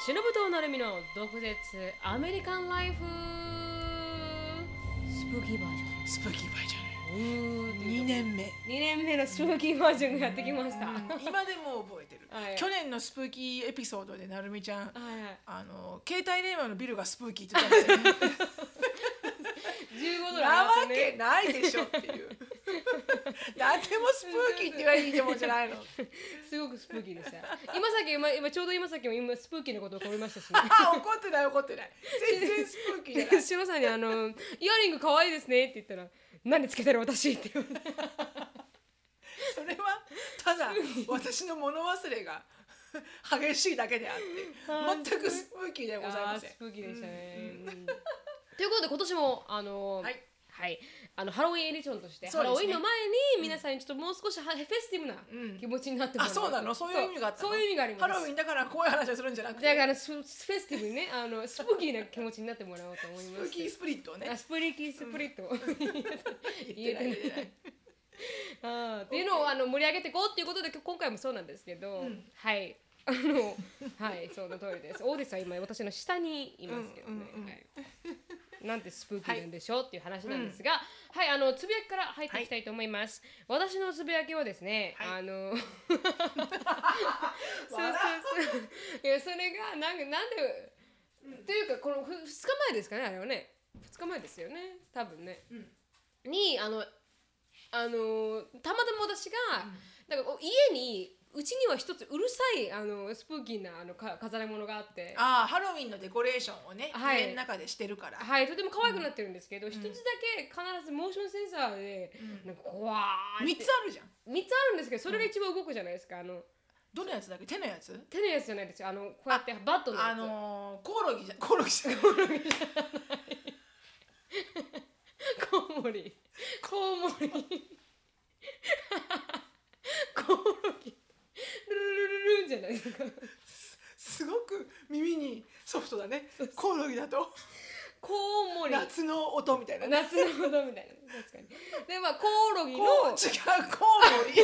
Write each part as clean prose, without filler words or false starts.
しのぶとなるみの毒舌アメリカンライフスプーキーバージョン。 スプーキーバージョン 2 2年目のスプーキーバージョンがやってきました、 今でも覚えてる、 はい、 去年のスプーキーエピソードでなるみちゃん、 はい、 携帯電話のビルがスプーキーって言ったんですよね 15ドルなわけないでしょっていう何でもスプーキーって言われていいもんじゃないのすごくスプーキーでした今ちょうど今さっきもスプーキーのことを思いましたし、 怒ってない全然スプーキーじゃないしのさんにイヤリングかわいいですねって言ったら何つけてる私って言われてそれはただ私の物忘れが激しいだけであって全くスプーキーではございません。 スプーキーでしたね、ということで今年もはいハロウィンエディションとして、ハロウィンの前に皆さんにちょっともう少しフェスティブな気持ちになってもらう、 そうなの、そういう意味があったの。 そういう意味があります。 ハロウィンだからこういう話をするんじゃなくて、 だからフェスティブにねスプーキーな気持ちになってもらおうと思います。 スプーキースプリットをね、 スプリキースプリットを言ってないっていうのを盛り上げていこうっていうことで今回もそうなんですけど、はいはいその通りです。オーディスは今私の下にいますけどね、なんてスプーキーなんでしょうっていう話なんですが、つぶやきから入っていきたいと思います。私のつぶやきはですね、いやそれがなんでというかこの2日前ですかね、あれはね2日前ですよね多分ね、にたまたま私がなんか家にうちには一つうるさいスプーキーな飾り物があって、 ハロウィンのデコレーションをね、家の中でしてるから、 とても可愛くなってるんですけど、一つだけ必ずモーションセンサーでなんか怖いって 3つあるじゃん。 3つあるんですけど、それが一番動くじゃないですか。 どのやつだっけ？手のやつ？ 手のやつじゃないですよ。こうやってバットのやつ。 コオロギじゃない。コウモリルルルルルンじゃないですか。 すごく耳にソフトだね。コオロギだとコウモリ夏の音みたいな、 夏の音みたいな、確かに。でコオロギの違う、コウモリ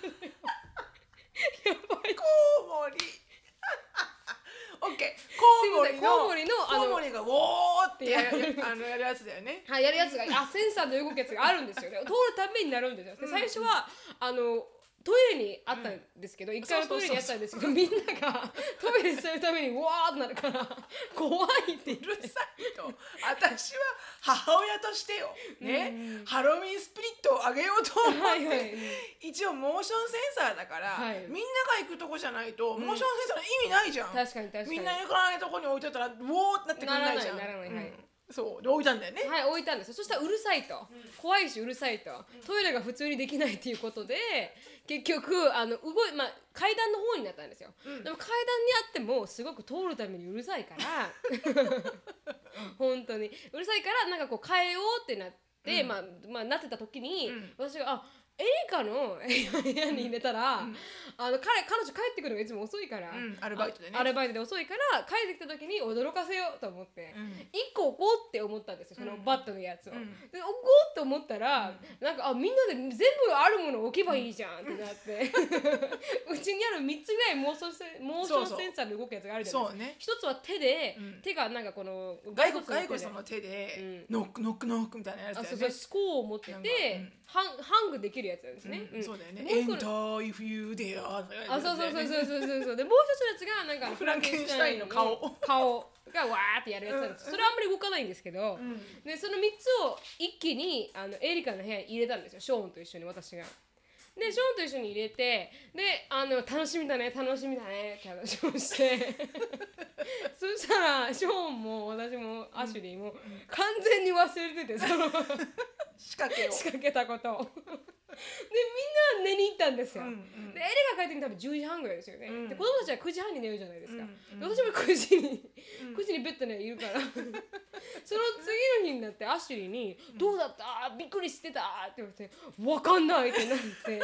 やばい、 コウモリオッケー、コウモリがウォーってやるやつだよね。 やるやつがセンサーで動くやつがあるんですよね。通るためになるんですよ。で最初はトイレにあったんですけど、1階のトイレにあったんですけど、みんながトイレするためにわーってなるから怖いってうるさいと。私は母親としてよ、ね、ハロウィンスピリットを上げようと思って、一応モーションセンサーだから、みんなが行くとこじゃないと、モーションセンサーの意味ないじゃん。 確かにみんな行かないとこに置いてたらウォーってなってくれないじゃん。 ならないそうで置いたんだよね。 置いたんですよ。そしたらうるさいと、怖いしうるさいと、トイレが普通にできないっていうことで結局階段の方になったんですよ、でも階段にあってもすごく通るためにうるさいから本当にうるさいからなんかこう変えようってなって、なってた時に、私がエリカの部屋に入れたら、彼女帰ってくるのがいつも遅いから、 アルバイトでね、 アルバイトで遅いから帰ってきた時に驚かせようと思って、1個置こうって思ったんですよ、そのバットのやつを、で置こうって思ったら、なんかみんなで全部あるものを置けばいいじゃんってなってうちにある3つぐらいモーションセンサーで動くやつがあるじゃないですか。一つは手で、手がなんかこの骸骨さんの手で、ノックノックノックみたいなやつだよね。 スコーを持っててハングできるやつなんですね、 そうだよね。Enter if you dare。 そうでもう一つのやつがなんかフランケンシュタインの顔がわーってやるやつなんです。それはあんまり動かないんですけど、でその3つを一気にエリカの部屋に入れたんですよ、ショーンと一緒に私が。でショーンと一緒に入れて、で楽しみだねって話をしてそしたらショーンも私もアシュリーも完全に忘れてて、その仕掛けたことをでみんな寝に行ったんですよ、でエリが帰ってきたら多分10時半ぐらいですよね、で子供たちは9時半に寝るじゃないですか、で私も9時にベッドにいるからその次の日になってアシュリーに「どうだった？びっくりしてた？」って言われて「分かんない」ってなって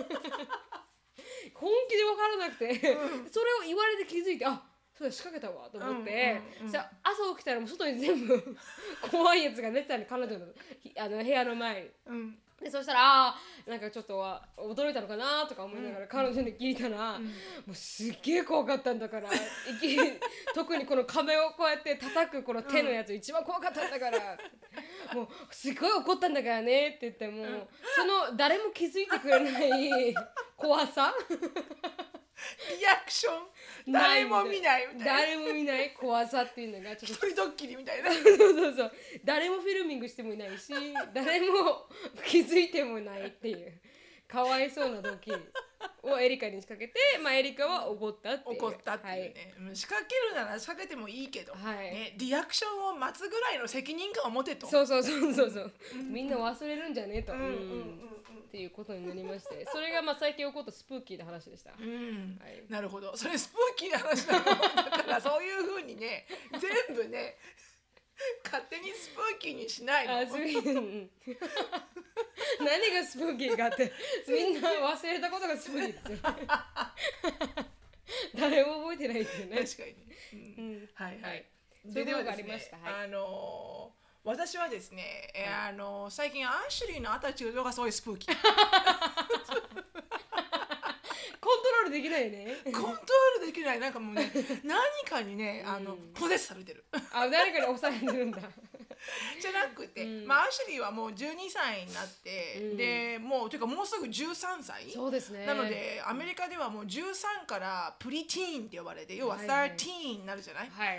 本気で分からなくて、それを言われて気づいて、そうだ仕掛けたわと思って、朝起きたらもう外に全部怖いやつが寝てたの、彼女の部屋の前に、 でそしたらなんかちょっと驚いたのかなとか思いながら彼女に聞いたら、もうすっげえ怖かったんだから特にこの壁をこうやって叩くこの手のやつ一番怖かったんだから、もうすごい怒ったんだからねって言っても、その誰も気づいてくれない怖さリアクション誰も見ないみたいな、 誰も見ない怖さっていうのがちょっと一人ドッキリみたいなそう誰もフィルミングしてもいないし誰も気づいてもないっていうかわいそうなドッキリをエリカに仕掛けて、エリカは怒ったっていう、 ね、仕掛けるなら仕掛けてもいいけど、ね、リアクションを待つぐらいの責任感を持てと。 そうみんな忘れるんじゃねえと、っていうことになりまして、それが最近起こったスプーキーな話でした、 なるほど、それスプーキーな話なのだからそういう風にね全部ね勝手にスプーキーにしないの。 何がスプーキーかってみんな忘れたことがスプーキーですよ誰も覚えてないっていうね。 確かに、はいはい、 そういうことがありました。 私はですね、最近アンシュリーのアタチュードがすごいスプーキーコントロールできないね。 コントロールできない、なんかもうね何かにねポゼスされてる誰かに抑えてるんだじゃなくて、アンシュリーはもう12歳になって、でもうというかもうすぐ13歳。 そうですね。 なのでアメリカではもう13からプリティーンって呼ばれて、要は13になるじゃない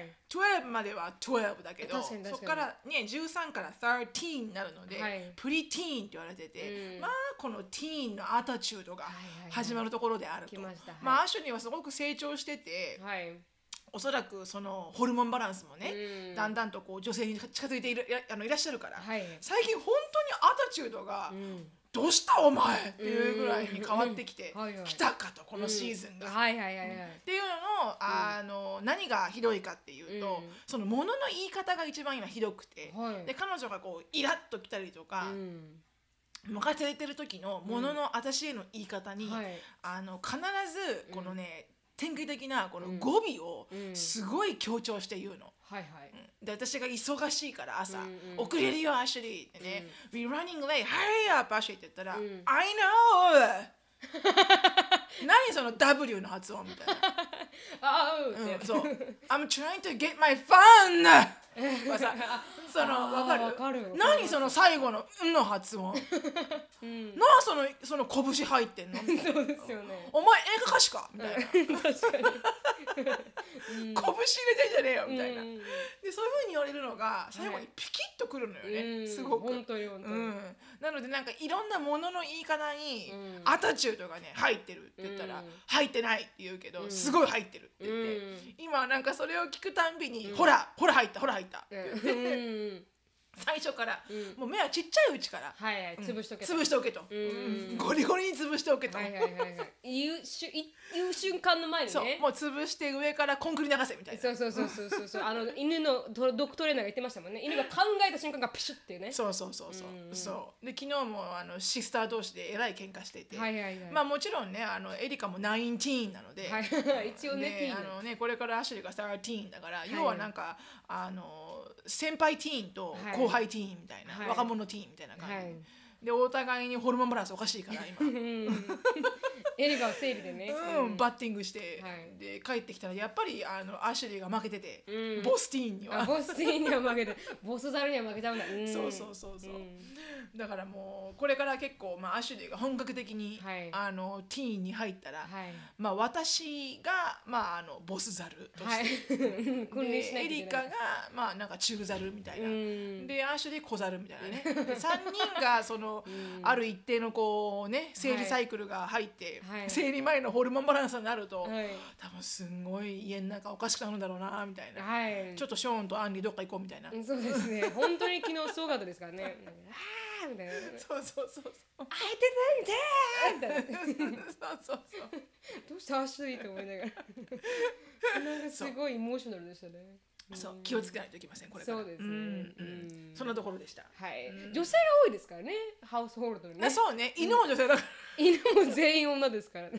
、12までは12だけど、そこからね13から13になるので、プリティーンって言われてて、このティーンのアタチュードが始まるところであると。アンシュリーはすごく成長してて、おそらくそのホルモンバランスもね、だんだんとこう女性に近づいていらっしゃるから、最近本当にアタチュードが、どうしたお前っていうぐらいに変わってきてきたかと、このシーズンが。っていうのの、何がひどいかっていうと、そのものの言い方が一番今ひどくて、で彼女がこうイラッときたりとか、任せてる時のものの私への言い方に、必ずこのね、典型的なこの語尾をすごい強調して言うの。で私が忙しいから朝、遅れるよアシュリーってね、We're running late, hurry up アシュリーって言ったら、I know 何その W の発音みたいなそう I'm trying to get my fun とかさ、そのわかる何その最後の「ん」の発音その拳入ってんのみたいな。 そうですよね。 お前演歌歌手かみたいな。確かに拳入れてんじゃねえよみたいな。でそういう風に言われるのが最後にピキッとくるのよね、すごく。 本当に本当に。 なのでなんかいろんなものの言い方にアタチュードがね入ってるって言ったら入ってないって言うけど、すごい入ってるって言って、今なんかそれを聞くたんびにほら入ったほら入ったって言って最初からもう目はちっちゃいうちから潰しておけと、ゴリゴリに潰しておけと言う瞬間の前にね、 そうもう潰して上からコンクリ流せみたいな。 そう犬のドッグトレーナーが言ってましたもんね。犬が考えた瞬間がプシュっていうね。そうで昨日もシスター同士でえらい喧嘩していて、まあもちろんねエリカも19なので、 一応ねこれからアシュリーが13だから、要はなんか先輩ティーンと後輩ティーンみたいな、若者ティーンみたいな感じで、お互いにホルモンバランスおかしいから今エリカは生理でね、 バッティングして、で帰ってきたらやっぱりアシュリーが負けてて、ボスティーンにはボスティーンには負けてボスザルには負けちゃうんだ。 そうだからもうこれから結構、アシュリーが本格的に、ティーンに入ったら、私が、ボスザルとして、でエリカが、なんか中ザルみたいな、でアシュリー小ザルみたいなね、3人がその、ある一定のこうね生理サイクルが入って、生理前のホルモンバランスになると、多分すんごい家の中おかしくなるんだろうなみたいな、ちょっとショーンとアンリどっか行こうみたいな。 そうですね、本当に昨日すごかったですからねみたいな。 そうあえてないんだみたいなそうどうしたアシュリーと思いながらなんかすごいエモーショナルでしたね。 そう気をつけないといけませんこれから。 そうですね。 そんなところでした。 女性が多いですからね、ハウスホールドにね。 そうね、犬も女性だから。 犬も全員女ですからね。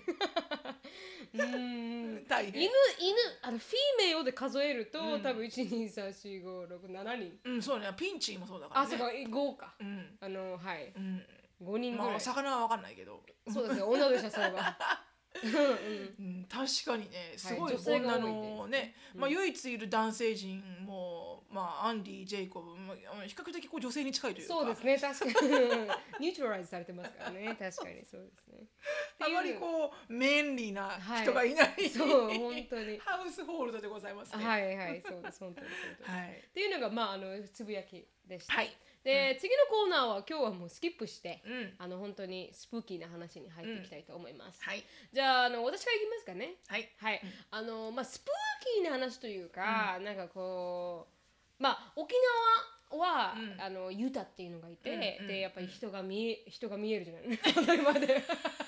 大変。 犬フィーメイオで数えると多分1、2、3、4、5、6、7人。 そうね、ピンチもそうだからね。 そうか5か。 5人ぐらい、 まあ魚は分かんないけど、 そうですよ、女でしたそれはうん、確かにねすごい女性が女多いんでのね、まあ、唯一いる男性陣も、まあ、アンディ・ジェイコブ、まあ、比較的こう女性に近いというか、 そうですね、確かにニュートラライズされてますからね、確かにそうですね。 あまりこう便利な人がいない、 そう本当にハウスホールドでございますね。 はいはい、そうです本当にそうです、 はい、 っていうのがまあつぶやきでした。 はい、 で、次のコーナーは今日はもうスキップして、本当にスプーキーな話に入っていきたいと思います。 はい、じゃあ私からいきますかね。 はい、 はい、まあスプーキーな話というか、なんかこうまあ沖縄は、ユタっていうのがいて、でやっぱり人が見えるじゃない当たり前で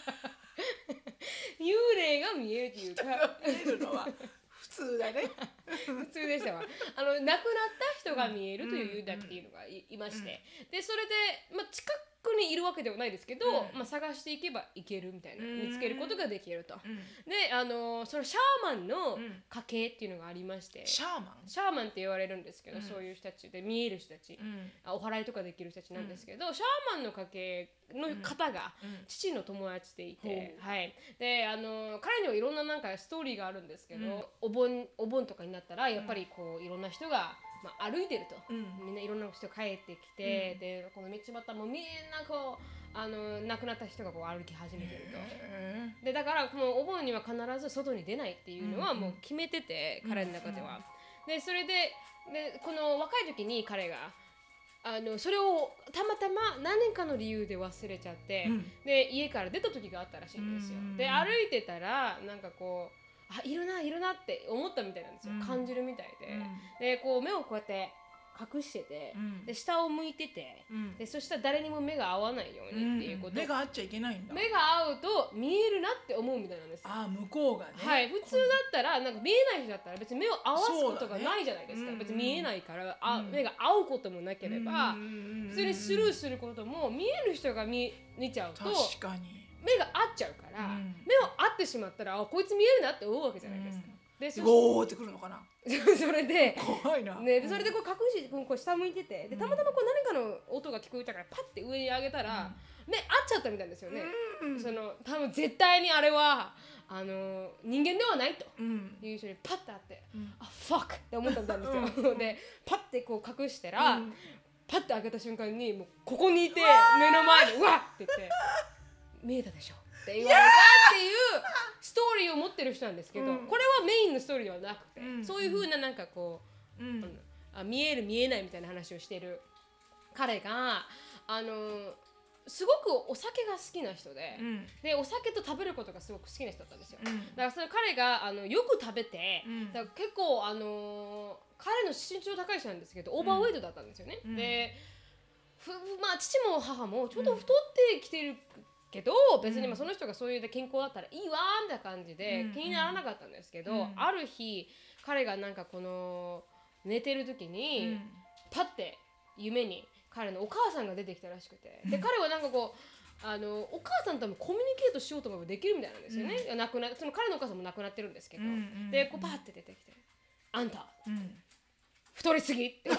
幽霊が見えるというか見えるのは普通だね普通でしたわ。亡くなった人が見えるというユダっていうのが いまして、でそれで、まあ、近くにいるわけではないですけど、まあ、探していけばいけるみたいな、見つけることができると、でそのシャーマンの家系っていうのがありまして、 シャーマンって言われるんですけど、そういう人たちで見える人たち、お祓いとかできる人たちなんですけど、シャーマンの家系の方が父の友達でいて、はい、で彼にはいろんななんかストーリーがあるんですけど、お盆とかになったらやっぱりこういろんな人が、まあ、歩いてると、みんないろんな人帰ってきて、でこの道端もみんなこう亡くなった人がこう歩き始めてると、でだからこのお盆には必ず外に出ないっていうのはもう決めてて、彼の中では。でそれでこの若い時に彼がそれをたまたま何年かの理由で忘れちゃって、で家から出た時があったらしいんですよ。で歩いてたらなんかこういるなって思ったみたいなんですよ、感じるみたいで、でこう目をこうやって隠してて、で下を向いてて、でそしたら誰にも目が合わないようにっていうこと、 目が合っちゃいけないんだ。 目が合うと見えるなって思うみたいなんですよ。 向こうがね、 はい、普通だったらなんか見えない人だったら別に目を合わすことがないじゃないですか、別に見えないから、目が合うこともなければ、普通にスルーすることも見える人が見ちゃうと確かに目が合っちゃうから、目を合ってしまったらこいつ見えるなって思うわけじゃないですか。でゴーってくるのかなそれで怖いな、 ね、でそれでこう隠しこう下向いてて、でたまたまこう何かの音が聞こえたからパッて上に上げたら、目合っちゃったみたいですよね。多分絶対にあれは人間ではないという人にパッて会って、ファックって思ったんですよ。でパッてこう隠したら、パッて開けた瞬間にもうここにいて目の前でうわっって言って見えたでしょって言われたっていうストーリーを持ってる人なんですけど、これはメインのストーリーではなくて、そういう風ななんかこう、見える見えないみたいな話をしてる彼がすごくお酒が好きな人で、でお酒と食べることがすごく好きな人だったんですよ。だからそれ彼がよく食べて、だから結構彼の身長高い人なんですけどオーバーウェイトだったんですよね。でまあ父も母もちょっと太ってきてるけど、別にまあその人がそういう健康だったらいいわーみたいな感じで気にならなかったんですけど、ある日彼がなんかこの寝てる時に、パッて夢に彼のお母さんが出てきたらしくて、で彼はなんかこうお母さんともコミュニケートしようと思えばできるみたいなんですよね。その彼のお母さんも亡くなってるんですけど、でこうパッて出てきて「あんた、太りすぎ」って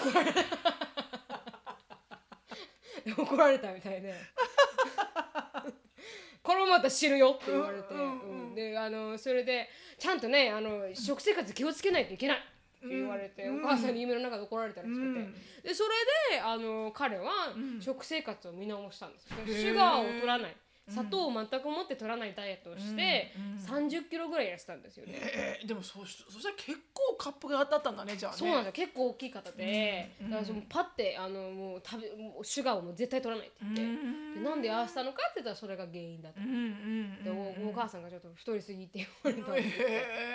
怒られたみたいでこのまま死ぬよって言われて、でそれでちゃんとね食生活気をつけないといけないって言われて、お母さんに夢の中で怒られたらしくて、でそれで彼は食生活を見直したんですよ。シュガーを取らない、砂糖を全くもって取らないダイエットをして30キロぐらい痩せたんですよね。 でもそしたら結構カップが当たったんだね、じゃあね。 そうなんですよ、結構大きい方で、だからそのパッてもうシュガーをもう絶対取らないって言って、でなんで痩せたのかって言ったらそれが原因だと。でお母さんがちょっと太りすぎって言われたんですけど、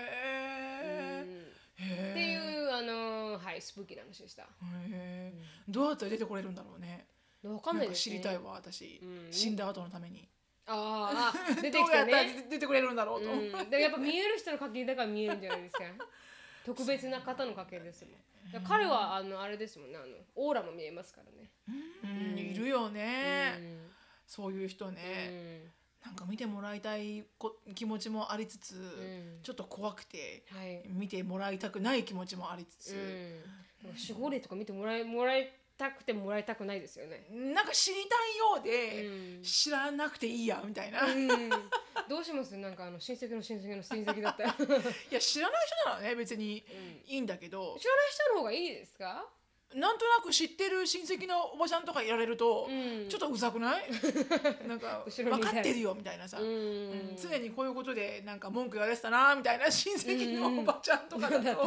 っていうはい、スプーキーな話でした。 どうやったら出てこれるんだろうね。 わかんないですね。 知りたいわ私、死んだ後のために。 出てきてね。 出てくれるんだろうと。 でやっぱ見える人の家系だから見えるんじゃないですか。特別な方の家系ですもん。彼はあれですもんね、オーラも見えますからね。 いるよね、そういう人ね。なんか見てもらいたい気持ちもありつつ、ちょっと怖くて、見てもらいたくない気持ちもありつつ、 守護霊とか見てもらいたくてもらいたくないですよね。 なんか知りたいようで、知らなくていいやみたいな、 どうします？なんか親戚の親戚の親戚だったらいや知らない人ならね別にいいんだけど、 知らない人の方がいいですか？ なんとなく知ってる親戚のおばちゃんとかいられると、ちょっとうざくない？なんか分かってるよみたいなさ、常にこういうことでなんか文句言われてたなみたいな親戚のおばちゃんとかだと、ちょ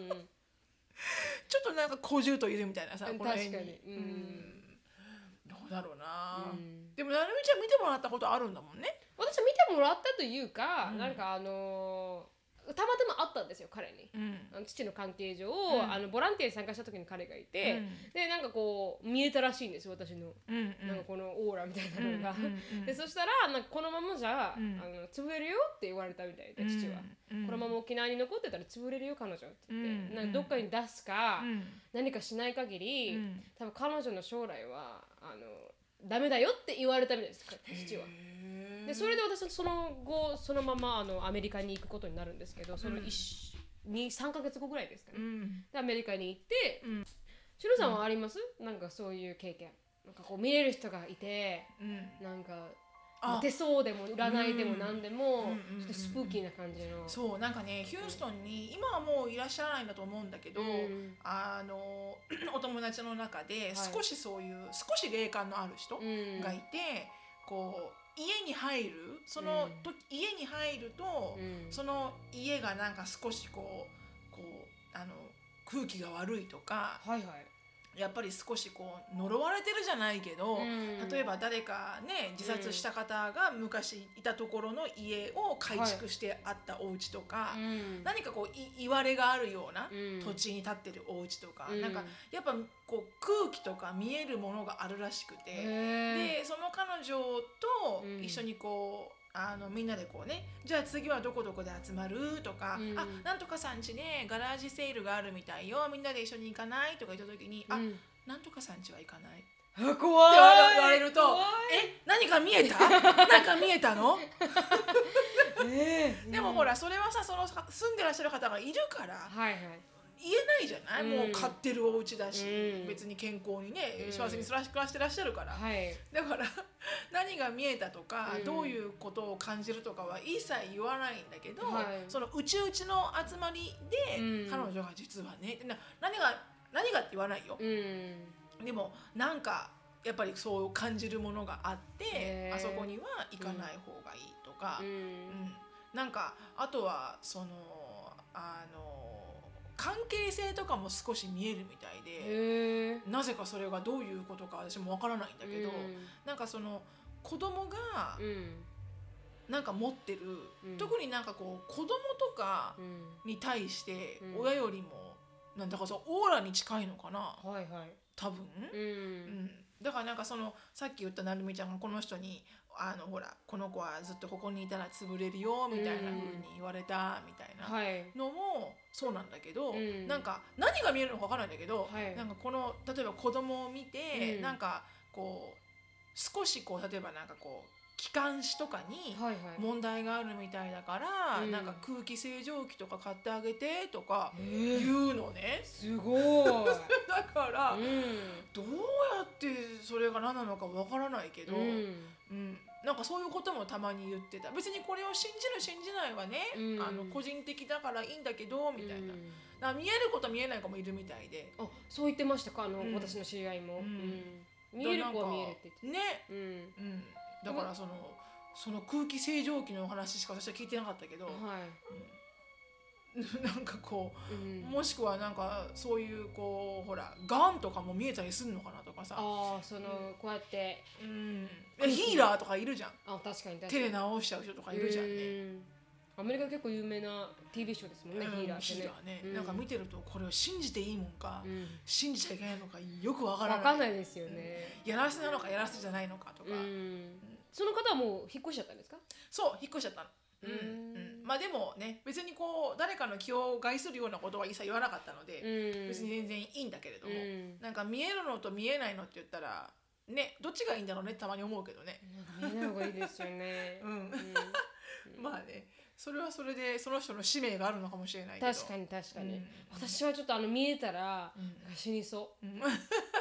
っとなんか小獣といるみたいなさ、この辺に。どうだろうな、でもなるみちゃん見てもらったことあるんだもんね。 私は見てもらったというか、なんかたまたま会ったんですよ彼に、父の関係上、ボランティアに参加した時に彼がいて、でなんかこう見えたらしいんですよ私の、なんかこのオーラみたいなのが、でそしたらなんかこのままじゃ、潰れるよって言われたみたいで、父は、このまま沖縄に残ってたら潰れるよ彼女って言って、なんかどっかに出すか、何かしない限り、多分彼女の将来はダメだよって言われたみたいです父は。でそれで私はその後そのままアメリカに行くことになるんですけど、その3ヶ月後ぐらいですかね、でアメリカに行って、しのさんはあります？なんかそういう経験、なんかこう見れる人がいて、なんか手相でも占いでも何でもちょっとスプーキーな感じの。 そうなんかねヒューストンに今はもういらっしゃらないんだと思うんだけど、お友達の中で少しそういう、少し霊感のある人がいて、こう家に入る家に入ると、その家がなんか少し空気が悪いとか、やっぱり少しこう呪われてるじゃないけど、例えば誰かね自殺した方が昔いたところの家を改築してあったお家とか、何かこう言われがあるような土地に立ってるお家とか、なんかやっぱこう空気とか見えるものがあるらしくて、でその彼女と一緒にこうみんなでこうね、じゃあ次はどこどこで集まるとか、なんとかさんちねガラージセールがあるみたいよ、みんなで一緒に行かないとか言った時に、なんとかさんちは行かない怖いって言われると、何か見えた何か見えたのでもほらそれはさ、その住んでらっしゃる方がいるから言えないじゃない、もう買ってるお家だし、別に健康にね幸せに暮らしてらっしゃるから、だから何が見えたとか、どういうことを感じるとかは一切言わないんだけど、そのうちうちの集まりで、彼女が実はね何がって言わないよ、でもなんかやっぱりそう感じるものがあって、あそこには行かない方がいいとか、なんかあとはその関係性とかも少し見えるみたいで、なぜかそれがどういうことか私もわからないんだけど、なんかその子供がなんか持ってる、特になんかこう子供とかに対して親よりもなんだかそうオーラに近いのかな、多分、だからなんかそのさっき言ったなるみちゃんがこの人にほらこの子はずっとここにいたら潰れるよみたいな風に言われたみたいなのもそうなんだけど、なんか何が見えるのか分からないんだけど、なんかこの例えば子供を見て、なんかこう少しこう例えばなんかこう気管支とかに問題があるみたいだから、なんか空気清浄機とか買ってあげてとか言うのね、 すごいだから、どうやってそれが何なのかわからないけど、なんかそういうこともたまに言ってた。別にこれを信じる信じないはね、個人的だからいいんだけどみたいな、見えること見えない子もいるみたいで、 そう言ってましたか、私の知り合いも、見える子は見えるって言ってね、だからその空気清浄機のお話しか私は聞いてなかったけど、なんかこう、もしくはなんかそういうこうほらガンとかも見えたりするのかなとかさ、 こうやって、 ヒーラーとかいるじゃん、 確かに手で直しちゃう人とかいるじゃんね。 アメリカ結構有名な TV ショーですもんね、ヒーラーってね。 なんか見てるとこれを信じていいもんか、信じちゃいけないのかよくわからない。 わかんないですよね。 やらせなのかやらせじゃないのかとか。 その方はもう引っ越しちゃったんですか？ そう、引っ越しちゃったの。まあでもね、別にこう誰かの気を害するようなことは一切言わなかったので、別に全然いいんだけれども、なんか見えるのと見えないのって言ったらね、どっちがいいんだろうねってたまに思うけどね。 見えない方がいいですよね。 まあね、それはそれでその人の使命があるのかもしれないけど。 確かに、私はちょっと見えたら死にそう。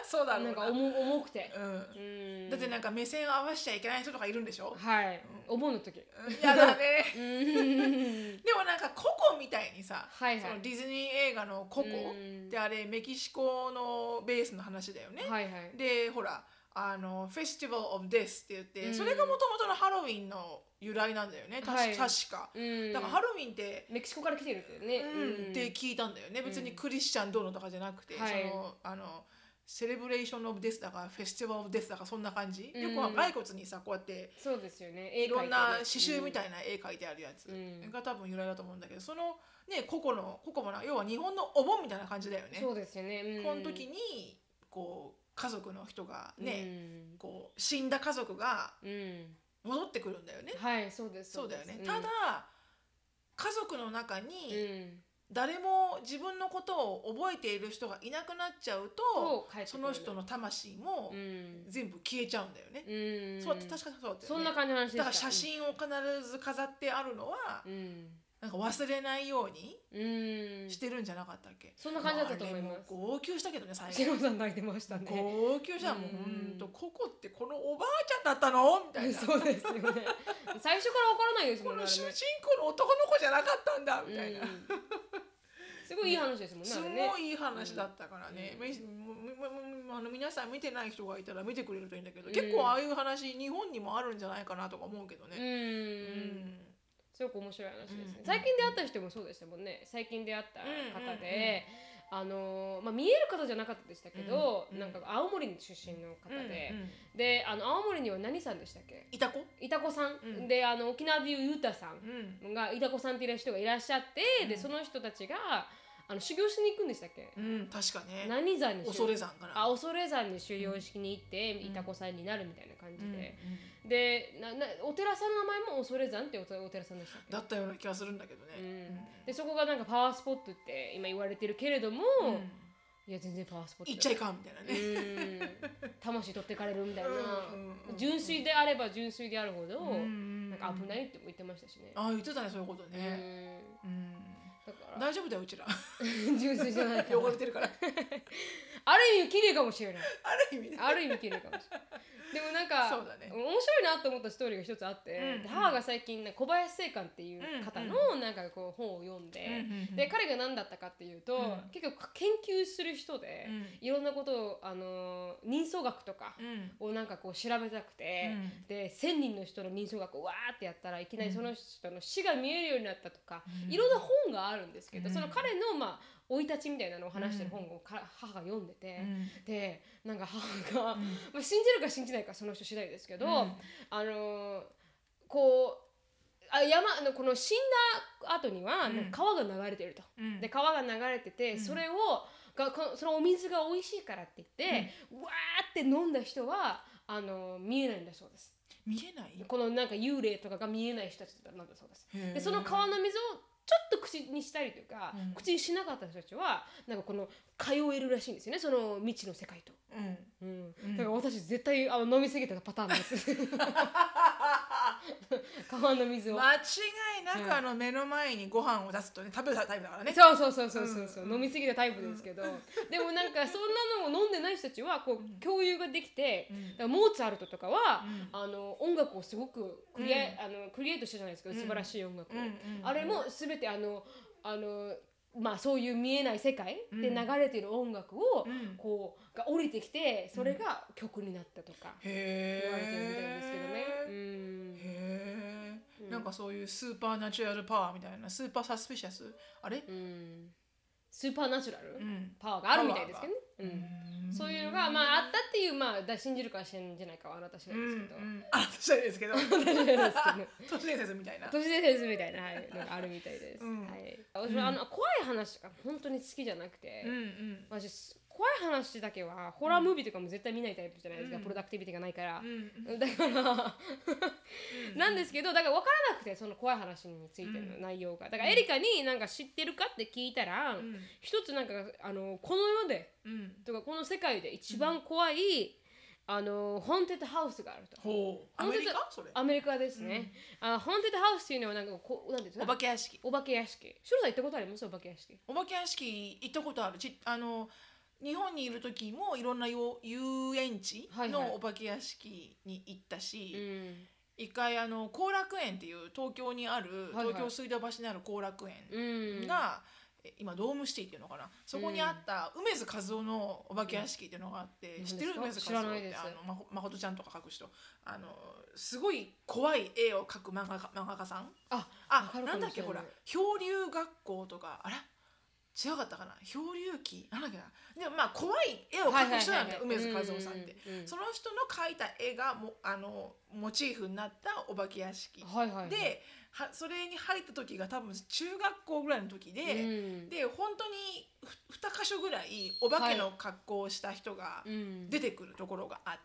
そうだろうな。 なんか重くて、 だってなんか目線を合わせちゃいけない人とかいるんでしょ。 はい、お盆の時。 やだね。でもなんかココみたいにさ、そのディズニー映画のココであれメキシコのベースの話だよね。でほらフェスティバル・オブ・デスって言って、それがもともとのハロウィンの由来なんだよね、確か。だからハロウィンってメキシコから来てるってね、 って聞いたんだよね。別にクリスチャンどうのとかじゃなくて、セレブレーション・オブ・デスだからフェスティバル・オブ・デスだからそんな感じ。よくは骸骨にさこうやってそうですよね、 いろんな刺繍みたいな絵描いてあるやつが多分由来だと思うんだけど、そのねココも要は日本のお盆みたいな感じだよね。 そうですよね。 この時にこう家族の人がね、こう死んだ家族が戻ってくるんだよね。 はい、そうです。 そうだよね。ただ家族の中に誰も自分のことを覚えている人がいなくなっちゃうと、その人の魂も全部消えちゃうんだよね。そう、確かそうだったよね。 そんな感じの話でした。 だから写真を必ず飾ってあるのは、なんか忘れないようにしてるんじゃなかったっけ。 そんな感じだったと思います。 号泣したけどね、最後。 シロさん泣いてましたね。 号泣した。もう本当ココってこのおばあちゃんだったのみたいな。 そうですよね。最初からわからないですもんね。 この主人公の男の子じゃなかったんだみたいな。 すごいいい話ですもんね。 すごいいい話だったからね。皆さん見てない人がいたら見てくれるといいんだけど、結構ああいう話日本にもあるんじゃないかなとか思うけどね。 すごく面白い話ですね。最近出会った人もそうでしたもんね。最近出会った方で、見える方じゃなかったでしたけど、なんか青森出身の方で、青森には何さんでしたっけ？いたこさんで、沖縄でいうゆうたさんがいたこさんっていう人がいらっしゃって、でその人たちが修行しに行くんでしたっけ？ 確かね。 何山に？ 恐山かな。 恐山に修行しに行っていたこさんになるみたいな感じで、でお寺さんの名前も恐山ってお寺さんでしたっけ？ だったような気がするんだけどね。 でそこがなんかパワースポットって今言われてるけれども、いや全然パワースポット行っちゃいかんみたいなね。 魂取ってかれるみたいな。純粋であれば純粋であるほどなんか危ないっても言ってましたしね。 言ってたね、そういうことね。大丈夫だようちら。 純粋じゃない汚れてるから。 ある意味綺麗かもしれない。 ある意味綺麗かもしれない。でもなんか面白いなと思ったストーリーが一つあって、母が最近小林正観っていう方のなんかこう本を読んで、で彼が何だったかっていうと、結構研究する人でいろんなことを人相学とかをなんかこう調べたくて、で1000人の人の人相学をわーってやったらいきなりその人の死が見えるようになったとか、いろんな本があるんですけど、その彼の生い立ちみたいなのを話してる本を母が読んでて、でなんか母が、信じるか信じないかその人次第ですけど、こうこの死んだ後には川が流れてると、で川が流れてて、それをそのお水が美味しいからって言って、わーって飲んだ人は見えないんだそうです。 見えない？ このなんか幽霊とかが見えない人たちなんだそうです。でその川の水をちょっと口にしたりとか、口にしなかった人たちはなんかこの通えるらしいんですよね、その未知の世界と。だから私絶対飲みすぎたパターンです。川の水を間違いなく目の前にご飯を出すとね、食べるタイプだからね。 そう飲みすぎたタイプですけど、でもなんかそんなのを飲んでない人たちはこう共有ができて、モーツァルトとかは音楽をすごくクリエイトしたじゃないですか、素晴らしい音楽を。あれも全てそういう見えない世界で流れている音楽をこうが降りてきて、それが曲になったとか言われてるみたいですけどね。なんかそういうスーパーナチュラルパワーみたいな、スーパーサスピシャスあれ、 スーパーナチュラルパワーがあるみたいですけどね。そういうのがあったっていう、信じるか信じないかはあなた次第ですけど、 あなた次第ですけど、都市伝説みたいな、 都市伝説みたいな、のがあるみたいです。私は怖い話が本当に好きじゃなくて、私怖い話だけはホラームービーとかも絶対見ないタイプじゃないですか、プロダクティビティがないから、だからなんですけど、だから分からなくて、その怖い話についての内容が、だからエリカになんか知ってるかって聞いたら、一つなんかこの世で、とかこの世界で一番怖いホーンテッドハウスがあると。 アメリカ？それアメリカですね。ホーンテッドハウスっていうのはなんかなんていうんですか？ お化け屋敷。 お化け屋敷。シュロさん行ったことあります？お化け屋敷。 お化け屋敷行ったことある。 日本にいる時もいろんな遊園地のお化け屋敷に行ったし、一回後楽園っていう東京にある、東京水道橋にある後楽園が、今ドームシティっていうのかな、そこにあった梅津和夫のお化け屋敷っていうのがあって、知ってる？梅津和夫ってまことちゃんとか描く人、すごい怖い絵を描く漫画家さん。なんだっけ、ほら漂流学校とか、あら違かったかな、漂流記なんだっけな、でも怖い絵を描く人なんだよ、梅津和夫さんって。その人の描いた絵がモチーフになったお化け屋敷、でそれに入った時が多分中学校ぐらいの時で、で本当に2箇所ぐらいお化けの格好をした人が出てくるところがあって、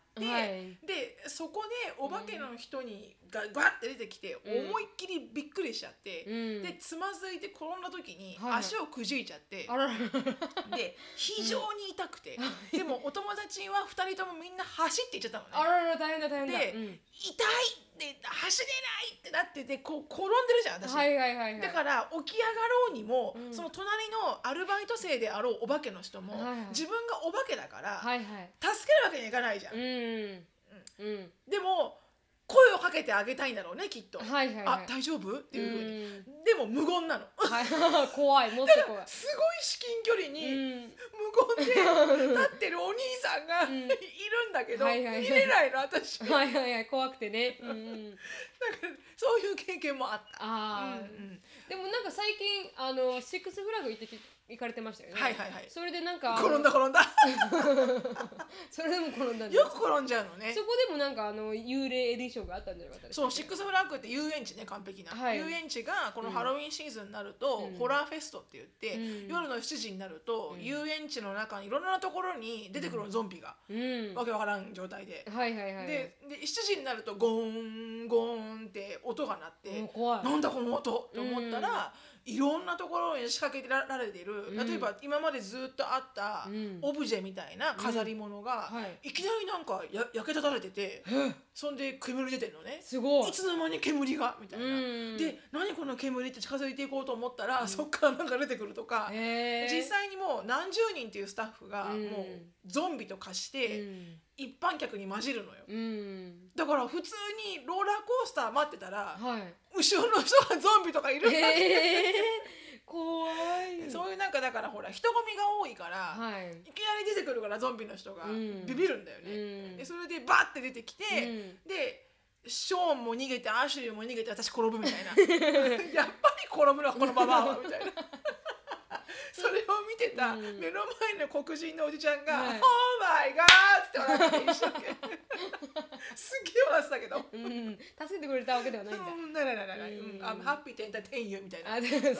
でそこでお化けの人にがガッて出てきて、思いっきりびっくりしちゃって、でつまずいて転んだ時に足をくじいちゃって、で非常に痛くて、でもお友達は2人ともみんな走っていっちゃったのね。 あらら大変だ大変だ。 で、痛いで走れないってなってて、こう転んでるじゃん私。だから起き上がろうにも、その隣のアルバイト生であろうお化けの人も、自分がお化けだから、助けるわけにはいかないじゃん。でも声をかけてあげたいんだろうね、きっと。あ、大丈夫っていう風に。でも無言なの。 怖い、もっと怖い。 すごい至近距離に無言で立ってるお兄さんがいるんだけど、見れないの私。 怖くてね。 だからそういう経験もあった。 でもなんか最近シックスフラッグ行かれてましたよね。それでなんか転んだそれでも転んだんよく転んじゃうのね。 そこでもなんか幽霊エディションがあったんじゃなかったですか。 そう、シックスフラッグって遊園地ね、完璧な遊園地がこのハロウィンシーズンになるとホラーフェストって言って、夜の7時になると遊園地の中にいろんなところに出てくるゾンビがわけわからん状態で、で7時になるとゴーンゴーンって音が鳴って、なんだこの音と思ったら、いろんなところに仕掛けてられている、例えば今までずっとあったオブジェみたいな飾り物がいきなりなんか焼けただれてて、そんで煙出てるのね。 すごい。 いつの間に煙がみたいな。で、何この煙って近づいていこうと思ったら、そっからなんか出てくるとか、実際にもう何十人っていうスタッフがもうゾンビと化して一般客に混じるのよ。だから普通にローラーコースター待ってたら、後ろの人がゾンビとかいるんだって。 怖い。 そういうなんかだからほら人混みが多いから、いきなり出てくるからゾンビの人がビビるんだよね。でそれでバッて出てきて、でショーンも逃げてアシュリーも逃げて私転ぶみたいな。やっぱり転ぶのはこのままみたいな。それを見てた目の前の黒人のおじちゃんが「オーマイガー!」って笑って一生懸命すげえ笑ってたけど、 助けてくれたわけではないんだ。 I'm happy to entertain you みたいな。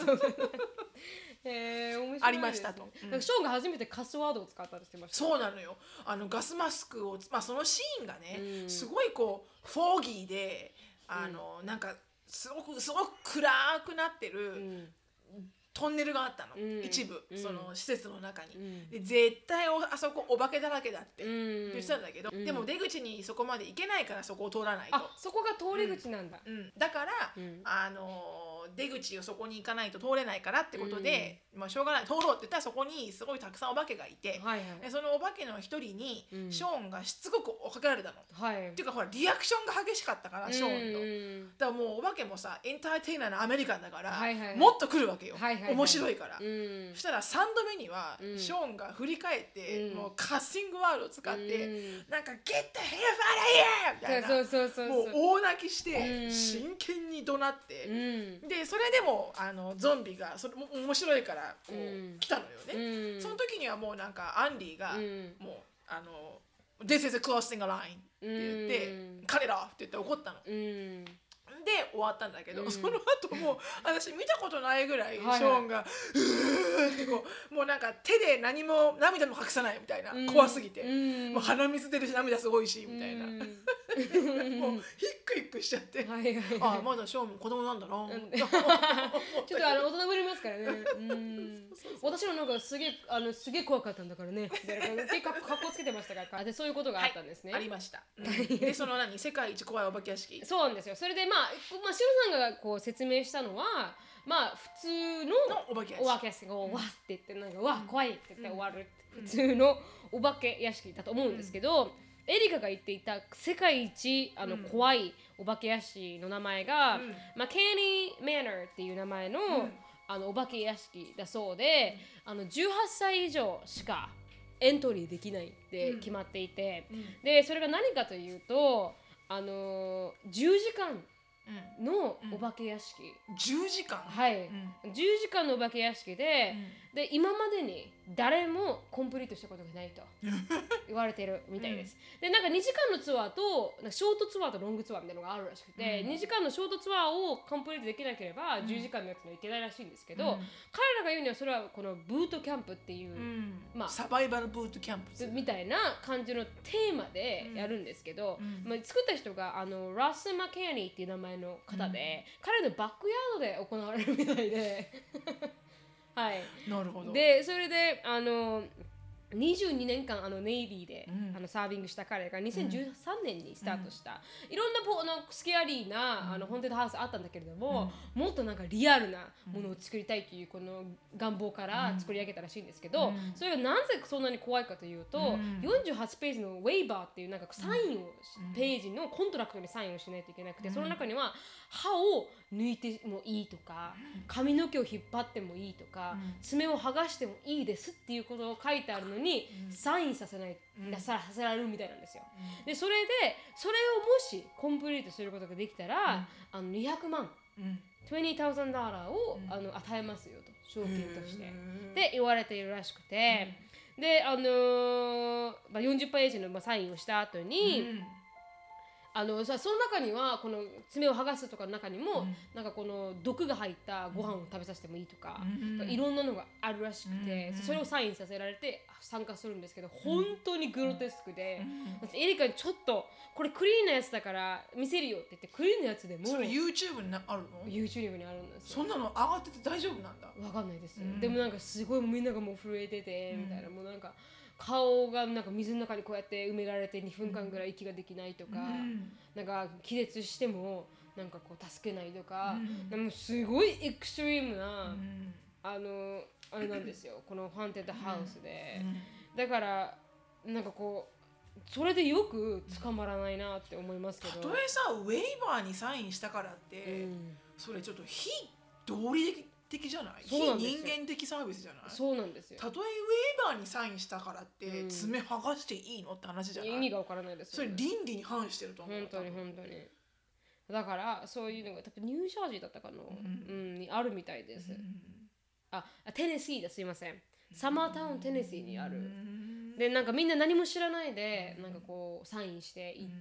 ありましたと。ショーンが初めてカスワードを使ったって言ってました。 そうなのよ。ガスマスクを、そのシーンがね、すごいこうフォーギーでなんかすごく暗くなってるトンネルがあったの、一部その施設の中に、で絶対あそこお化けだらけだって言ってたんだけど、でも出口にそこまで行けないからそこを通らないと。 そこが通り口なんだ。 だから出口をそこに行かないと通れないからってことで、しょうがない通ろうって言ったらそこにすごいたくさんお化けがいて、でそのお化けの一人にショーンがしつこく追っかけられたの。っていうかほらリアクションが激しかったからショーンの。だからもうお化けもさエンターテイナーのアメリカンだからもっと来るわけよ。面白いから。そしたら3度目にはショーンが振り返ってもうカッシングワードを使ってなんか「Get the hell out of here!」みたいな、もう大泣きして真剣に怒鳴って、でそれでもゾンビがそれも面白いからこう来たのよね。その時にはもうなんかアンディがもう「This is a crossing a line」って言って「Cut it off」って言って怒ったの。で終わったんだけど、その後も私見たことないぐらいショーンが「うー」ってこうもうなんか手で何も涙も隠さないみたいな、怖すぎて、もう鼻水出るし涙すごいしみたいな。 もうヒックヒックしちゃって、 はいはいはい、 あまだショーンも子供なんだなちょっと大人ぶりますからね。私のなんかすげえ怖かったんだからね。結構格好つけてましたから。でそういうことがあったんですね。 はい、ありました。でその世界一怖いお化け屋敷。 そうなんですよ。それでシロさんがこう説明したのは普通のお化け屋敷がわって言ってなんかわ怖いって言って終わる普通のお化け屋敷だと思うんですけど、エリカが言っていた世界一怖いお化け屋敷の名前が、ケニー・マナーっていう名前の、お化け屋敷だそうで、18歳以上しかエントリーできないって決まっていて、でそれが何かというと10時間のお化け屋敷、 10時間はい、10時間のお化け屋敷で、で今までに誰もコンプリートしたことがないと言われているみたいです。でなんか2時間のツアーとなんかショートツアーとロングツアーみたいなのがあるらしくて、2時間のショートツアーをコンプリートできなければ10時間のやつにはいけないらしいんですけど、彼らが言うにはそれはこのブートキャンプっていう、 サバイバルブートキャンプみたいな感じのテーマでやるんですけど、作った人がラス・マケニーっていう名前の方で、彼のバックヤードで行われるみたいではい、 なるほど。 でそれで22年間ネイビーで、サービングした彼が2013年にスタートした、いろんなスケアリーなホーンテッドハウスあったんだけれども、もっとなんかリアルなものを作りたいというこの願望から作り上げたらしいんですけど、それがなぜそんなに怖いかというと、48ページのウェイバーっていうなんかサインを、ページのコントラクトにサインをしないといけなくて、その中には歯を抜いてもいいとか、髪の毛を引っ張ってもいいとか、爪を剥がしてもいいですっていうことを書いてあるのにサインさせられるみたいなんですよ。でそれをもしコンプリートすることができたら、200万$20,000を与えますよと、賞金としてって言われているらしくて、で40ページのサインをした後に、その中にはこの爪を剥がすとかの中にも、なんかこの毒が入ったご飯を食べさせてもいいとか、いろんなのがあるらしくて、それをサインさせられて参加するんですけど、本当にグロテスクで、エリカにちょっとこれクリーンなやつだから見せるよって言って、クリーンなやつでもそれ YouTube にあるの？ YouTube にあるんですよ。 そんなの上がってて大丈夫なんだ？ わかんないです、でもなんかすごいみんながもう震えててみたいな、もうなんか顔がなんか水の中にこうやって埋められて2分間ぐらい息ができないとか、なんか気絶してもなんかこう助けないとか、もうすごいエクストリームな、あれなんですよこのハンテッドハウスで、だからなんかこうそれでよく捕まらないなって思いますけど、 たとえさウェイバーにサインしたからって、それちょっと非道理的じゃない？非人間的サービスじゃない？ そうなんですよ。 たとえウェイバーにサインしたからって、爪剥がしていいのって話じゃない？ 意味がわからないですよね。それ倫理に反してると思う。 本当に本当に。だからそういうのが多分ニュージャージーだったかな、にあるみたいです。テネシーだ、すいません。サマータウンテネシーにある。でなんかみんな何も知らないでなんかこうサインしていって、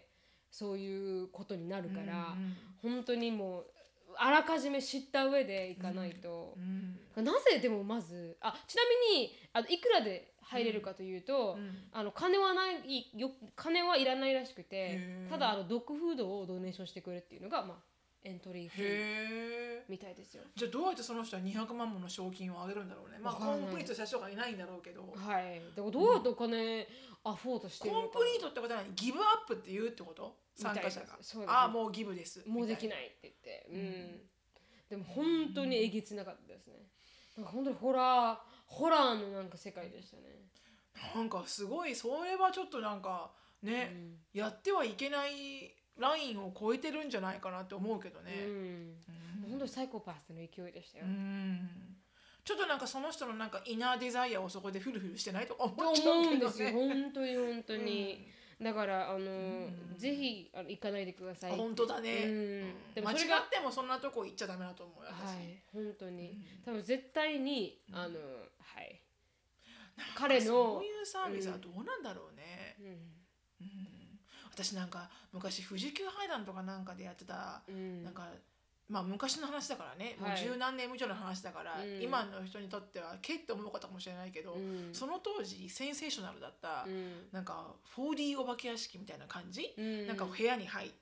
そういうことになるから、本当にもうあらかじめ知った上で行かないと、なぜでもまずちなみにいくらで入れるかというと、金はいらないらしくて、ただドッグフードをドネーションしてくれっていうのがエントリーフィーみたいですよ。 じゃあどうやってその人は200万もの賞金をあげるんだろうね。コンプリートした人がいないんだろうけど、 はい、だからどうやってお金アフォードしてるのか。 コンプリートってことはギブアップって言うってこと？参加者がもうギブですもうできないって言って、でも本当にえげつなかったですね。なんか本当にホラーのなんか世界でしたね。 なんかすごい、それはちょっとなんかね、やってはいけないラインを超えてるんじゃないかなって思うけどね。 本当にサイコパスの勢いでしたよ。 ちょっとなんかその人のなんかイナーデザイアをそこでフルフルしてないとか思っちゃうけどね。思うんですよ、 本当に本当に。だからぜひ行かないでください。 本当だね。でも間違ってもそんなとこ行っちゃダメだと思うよ。 はい、本当に。多分絶対にはい。彼のそういうサービスはどうなんだろうね。私なんか昔富士急ハイランドとかなんかでやってた、なんかまあ昔の話だからね、もう十何年以上の話だから、今の人にとってはけって思う方かもしれないけど、その当時センセーショナルだった、なんか 4D お化け屋敷みたいな感じ、なんか部屋に入って、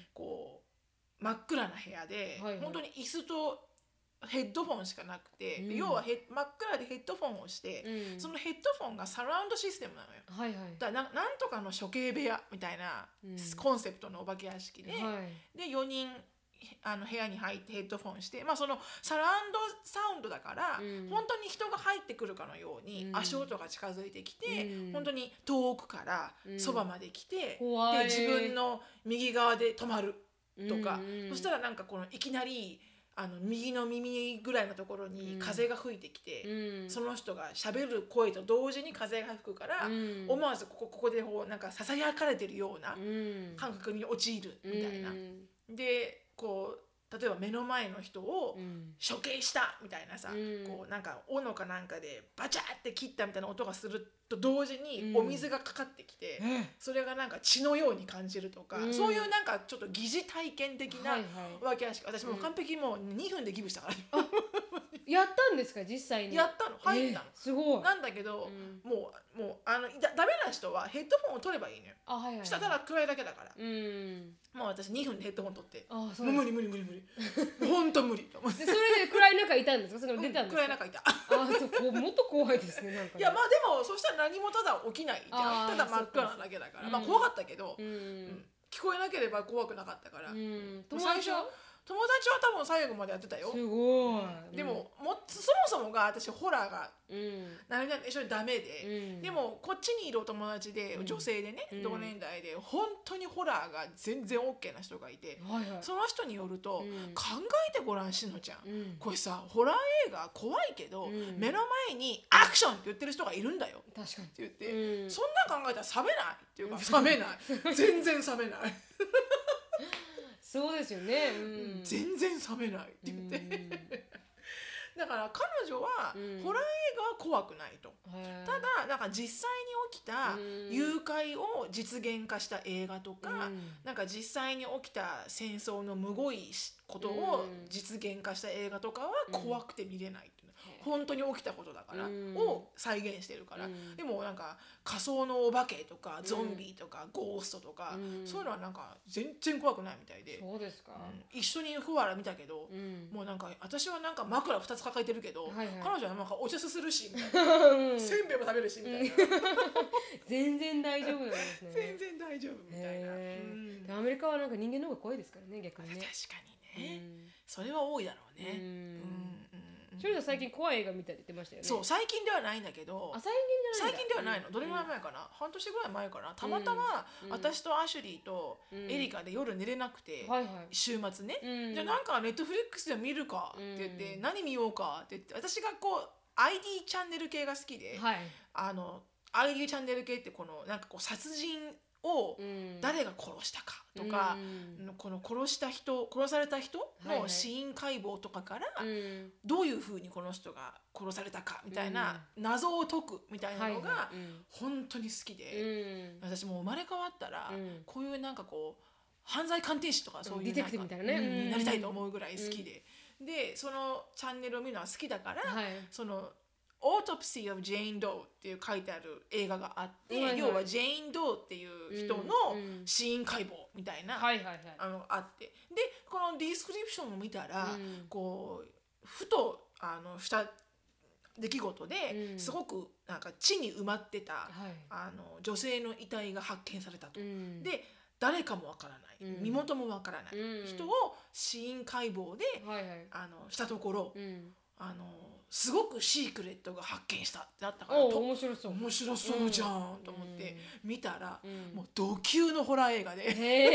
こう真っ暗な部屋で、本当に椅子とヘッドフォンしかなくて、要は真っ暗でヘッドフォンをして、そのヘッドフォンがサラウンドシステムなのよ。だからなんとかの処刑部屋みたいなコンセプトのお化け屋敷で、で4人部屋に入ってヘッドフォンして、まあそのサラウンドサウンドだから、本当に人が入ってくるかのように足音が近づいてきて、本当に遠くからそばまで来て、で自分の右側で止まるとか、そしたらなんかこのいきなり右の耳ぐらいのところに風が吹いてきて、その人が喋る声と同時に風が吹くから、思わずここでこうなんかささやかれてるような感覚に陥るみたいな。でこう例えば目の前の人を処刑したみたいなさ、こうなんか斧かなんかでバチャーって切ったみたいな音がすると同時にお水がかかってきて、それがなんか血のように感じるとか、そういうなんかちょっと疑似体験的なわけらしく、私も完璧もう2分でギブしたから、 やったんですか実際に。 やったの、入ったの、 すごい。 なんだけど、もうダメな人はヘッドフォンを取ればいいのよ。したら暗いだけだから、もう私2分でヘッドホン取って、もう無理本当無理と思って。 それで暗い中いたんですか？それ出たんですか？ 暗い中いた。 そうもっと怖いですねなんか。 いやまあでもそしたら何もただ起きないじゃん。ただ真っ暗なだけだから、まあ怖かったけど、聞こえなければ怖くなかったから。最初友達は多分最後までやってたよ。 すごい。 でもそもそもが私ホラーが一緒にダメで、でもこっちにいるお友達で女性でね、同年代で本当にホラーが全然 OK な人がいて、その人によると、考えてごらんしのちゃん、これさホラー映画怖いけど、目の前にアクションって言ってる人がいるんだよって言って、そんなん考えたら冷めないっていうか、冷めない全然冷めないそうですよね、 全然冷めないって言ってだから彼女はホラー映画は怖くないと、ただなんか実際に起きた誘拐を実現化した映画とか、なんか実際に起きた戦争のむごいことを実現化した映画とかは怖くて見れないっていう、本当に起きたことだからを再現してるから、でもなんか仮想のお化けとかゾンビとかゴーストとか、そういうのはなんか全然怖くないみたいで。 そうですか。 一緒にフワラ見たけど、もうなんか私はなんか枕2つ抱えてるけど、彼女はなんかお茶すするしみたいなせんべいも食べるしみたいな全然大丈夫なんですね。 全然大丈夫みたいな。 アメリカはなんか人間の方が怖いですからね、逆にね。 確かにね、それは多いだろうね。 しょうさん最近怖い映画見たって言ってましたよね。 そう、最近ではないんだけど。最近ではないの。どれぐらい前かな、半年ぐらい前かな。たまたま私とアシュリーとエリカで夜寝れなくて、週末ね、じゃあなんかネットフリックスで見るかって言って、何見ようかって言って、私がこう ID チャンネル系が好きで、ID チャンネル系ってこのなんかこう殺人を誰が殺したかとか、この殺された人の死因解剖とかからどういうふうにこの人が殺されたかみたいな謎を解くみたいなのが本当に好きで、私もう生まれ変わったらこういうなんかこう犯罪鑑定士とかそういうディテクティブみたいなね、 なりたいと思うぐらい好きで、でそのチャンネルを見るのは好きだから、そのAutopsy of Jane Doe っていう書いてある映画があって、要はジェイン・ドーっていう人の死因解剖みたいなあって、でこのディスクリプションを見たら、こうふとした出来事ですごくなんか地に埋まってた、女性の遺体が発見されたと、で誰かもわからない、身元もわからない人を死因解剖で、したところ、すごくシークレットが発見したってなったから、 面白そうじゃんと思って見たら、もうド級のホラー映画で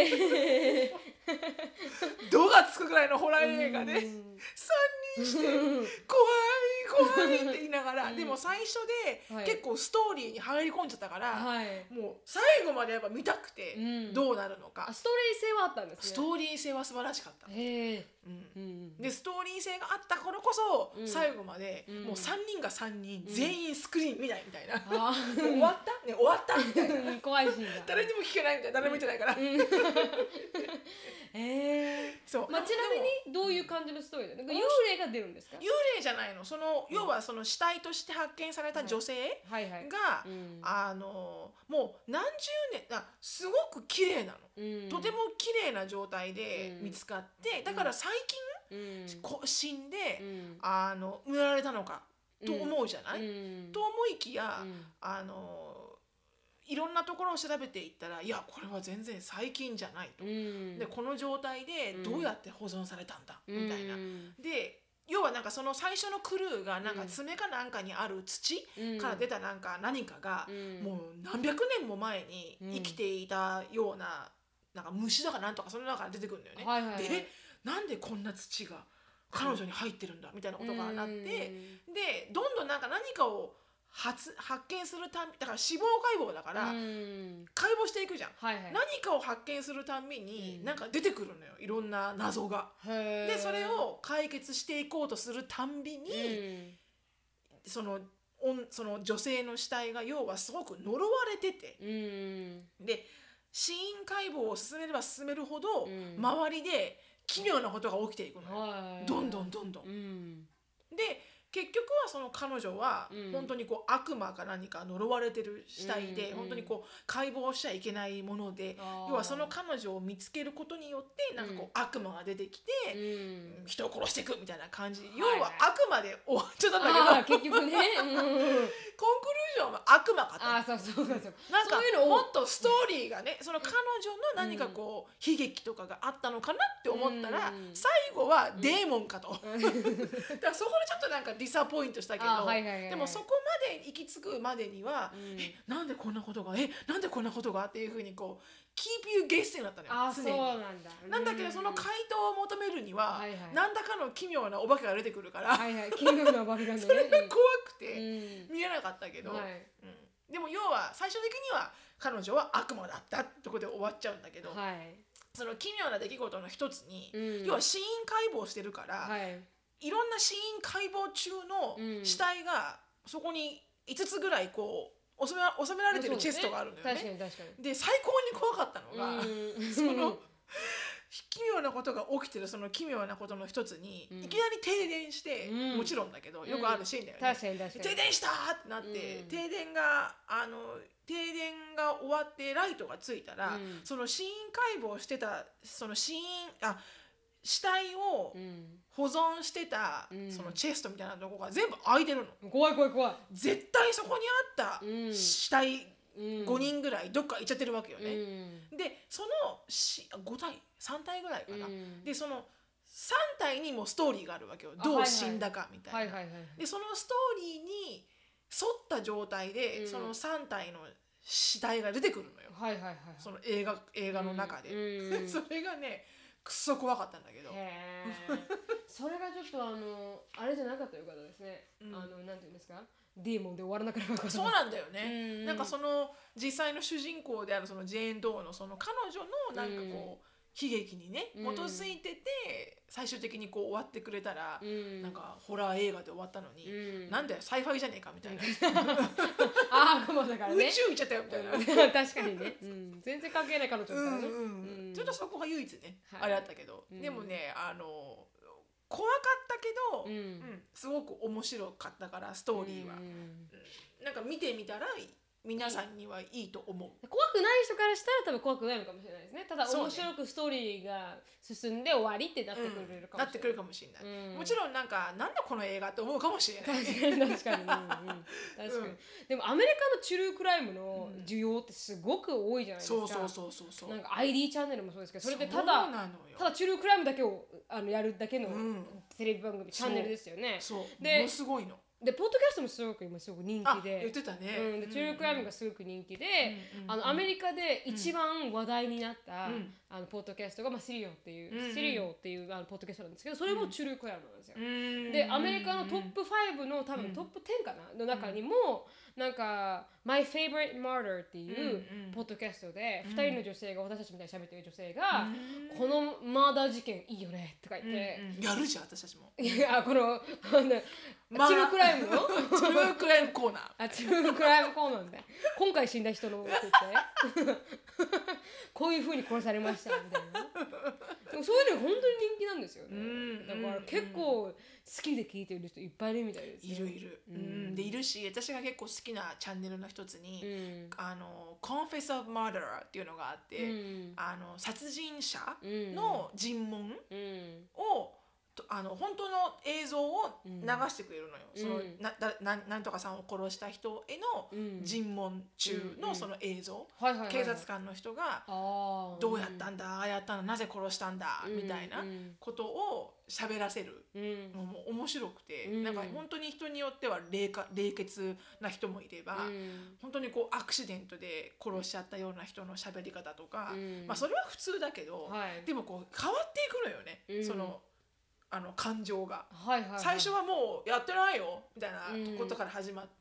ドがつくぐらいのホラー映画で3人して怖いって言いながら、でも最初で結構ストーリーに入り込んじゃったから、もう最後までやっぱ見たくて、どうなるのか。 ストーリー性はあったんですね。 ストーリー性は素晴らしかった。でストーリー性があったからこそ、最後までもう3人が3人全員スクリーン見ないみたいな、終わったね終わったみたいな怖いシーンだ。 誰にも聞けないみたいな、誰も見てないから全そうまあ、ちなみにどういう感じのストーリーで、なんか幽霊が出るんですか？ 幽霊じゃないの。要はその死体として発見された女性が、もう何十年すごく綺麗なの、とても綺麗な状態で見つかって、だから最近、死んで、埋められたのかと思うじゃない、と思いきや、いろんなところを調べていったら、いやこれは全然最近じゃないと、でこの状態でどうやって保存されたんだ、みたいな。で要はなんかその最初のクルーがなんか爪かなんかにある土から出たなんか何かがもう何百年も前に生きていたような、なんか虫だかなんとかその中から出てくるんだよね。でなんでこんな土が彼女に入ってるんだみたいなことがなって、でどんどんなんか何かを発見するたびだから死亡解剖だから、解剖していくじゃん、何かを発見するたびになんか出てくるのよ、いろんな謎が。でそれを解決していこうとするたんびに、その女性の死体が要はすごく呪われてて、で死因解剖を進めれば進めるほど、周りで奇妙なことが起きていくのよ、どんどんどんどん。で結局はその彼女は本当にこう悪魔か何か呪われてる死体で、本当にこう解剖しちゃいけないもので、要はその彼女を見つけることによってなんかこう悪魔が出てきて、人を殺していくみたいな感じ、要は悪魔で終わっちゃったんだけど、 結局ね、 コンクルージョンは悪魔かと。 なんかもっとストーリーがね、その彼女の何かこう悲劇とかがあったのかなって思ったら、最後はデーモンかと。だからそこでちょっとなんかディサポイントしたけど、でもそこまで行き着くまでには、なんでこんなことがなんでこんなことがっていうふうにこうキープユーゲッセンだったのよ、常に。なんだけどその回答を求めるには、何らかの奇妙なお化けが出てくるから、 奇妙なお化けがね、 それが怖くて見れなかったけど、でも要は最終的には彼女は悪魔だったってとこで終わっちゃうんだけど、その奇妙な出来事の一つに、要は死因解剖してるから、いろんな死因解剖中の死体がそこに5つぐらいこう収められてるチェストがあるんだよね。で最高に怖かったのが、その奇妙なことが起きてるその奇妙なことの一つに、いきなり停電して、もちろんだけどよくあるシーンだよね。停電したーってなって、停電が終わってライトがついたら、その死因解剖してたその死体を保存してたそのチェストみたいなとこが全部開いてるの。 怖い。 絶対そこにあった死体5人ぐらいどっか行っちゃってるわけよね。でその5体3体ぐらいかな。でその3体にもストーリーがあるわけよ、どう死んだかみたいな。でそのストーリーに沿った状態でその3体の死体が出てくるのよ、その映画の中で。それがねくっそ怖かったんだけど。 それがちょっとあれじゃなかったらよかったですね。なんていうんですか、デーモンで終わらなかった。 そうなんだよね。なんかその実際の主人公であるそのジェーン・ドーのその彼女のなんかこう悲劇にね基づいてて、最終的にこう終わってくれたら、なんかホラー映画で終わったのに、なんだよサイファイじゃねえかみたいな。 だからね、 宇宙行っちゃったよみたいな。 確かにね、全然関係ない彼女だからね。 ちょっとそこが唯一ね、あれだったけど、でもね怖かったけど、すごく面白かったからストーリーは、なんか見てみたら皆さんにはいいと思う。 怖くない人からしたら多分怖くないのかもしれないですね。ただ面白くストーリーが進んで終わりってなってくれるかもしれない。 なってくるかもしれない。もちろんなんだこの映画って思うかもしれない。 確かに。でもアメリカのチュルークライムの需要ってすごく多いじゃないですか。そう。なんか ID チャンネルもそうですけど、それでただチュルークライムだけをやるだけのテレビ番組チャンネルですよね。 で、ものすごいの。 でポッドキャストもすごく今すごく人気で、 言ってたね。 でチュルークライムがすごく人気で、アメリカで一番話題になったポッドキャストがシリオっていうポッドキャストなんですけど、それもチュルークライムなんですよ。でアメリカのトップ5の多分トップ10かなの中にもなんか My Favorite Murder っていうポッドキャストで2人の女性が私たちみたいに喋ってる女性がこのマーダー事件いいよねとか言って、 やるじゃん私たちも。 このまあチルクライムのトゥルークライムコーナー。 チルクライムコーナーで今回死んだ人のことってこういう風に殺されましたみたいな。でもそういうの本当に人気なんですよね。だから結構好きで聞いてる人いっぱいいるみたいですよ。 いる。でいるし、私が結構好きなチャンネルの一つに、Confess of Murderer っていうのがあって、殺人者の尋問を本当の映像を流してくれるのよ。そのなんとかさんを殺した人への尋問中のその映像、警察官の人がどうやったんだ、ああやったんだ、なぜ殺したんだみたいなことを喋らせるのも面白くて、なんか本当に人によっては冷血な人もいれば、本当にこうアクシデントで殺しちゃったような人の喋り方とか、まあそれは普通だけど、でもこう変わっていくのよね、その感情が、最初はもうやってないよみたいなことから始まって、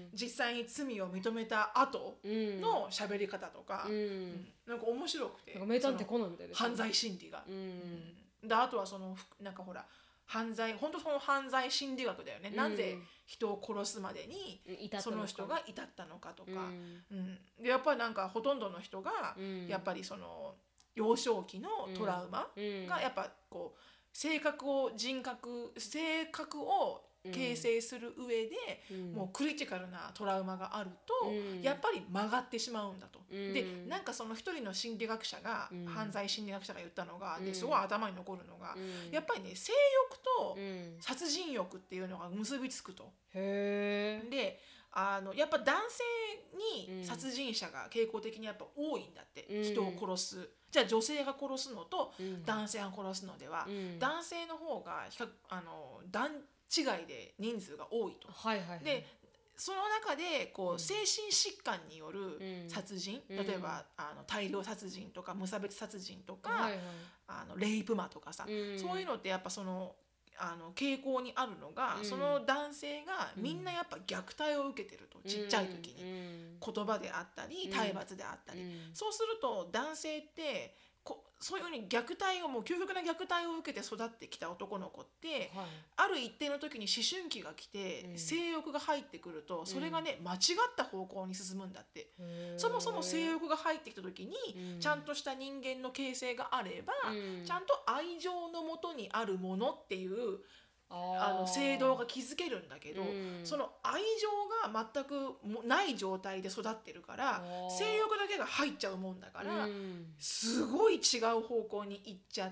実際に罪を認めた後の喋り方とか、なんか面白くて、 名探偵コナンみたいな犯罪心理が、であとはそのなんかほら本当その犯罪心理学だよね、なぜ人を殺すまでにその人が至ったのかとか、でやっぱりなんかほとんどの人がやっぱりその幼少期のトラウマがやっぱこう性格を形成する上で、もうクリティカルなトラウマがあると、やっぱり曲がってしまうんだと。でなんかその一人の心理学者が、犯罪心理学者が言ったのが、ですごい頭に残るのが、やっぱりね性欲と殺人欲っていうのが結びつくと。でやっぱ男性に殺人者が傾向的にやっぱ多いんだって、人を殺す。じゃあ女性が殺すのと男性が殺すのでは、男性の方が段違いで人数が多いと。でその中でこう精神疾患による殺人、例えば大量殺人とか無差別殺人とか、レイプ魔とかさ、そういうのってやっぱその傾向にあるのが、その男性がみんなやっぱ虐待を受けてると、ちっちゃい時に、言葉であったり体罰であったり、そうすると男性ってそういうふうにもう究極な虐待を受けて育ってきた男の子って、ある一定の時に思春期が来て、性欲が入ってくると、それがね間違った方向に進むんだって。そもそも性欲が入ってきた時に、ちゃんとした人間の形成があれば、ちゃんと愛情のもとにあるものっていう制度が築けるんだけど、その愛情が全くない状態で育ってるから、性欲だけが入っちゃうもんだから、すごい違う方向に行っちゃって、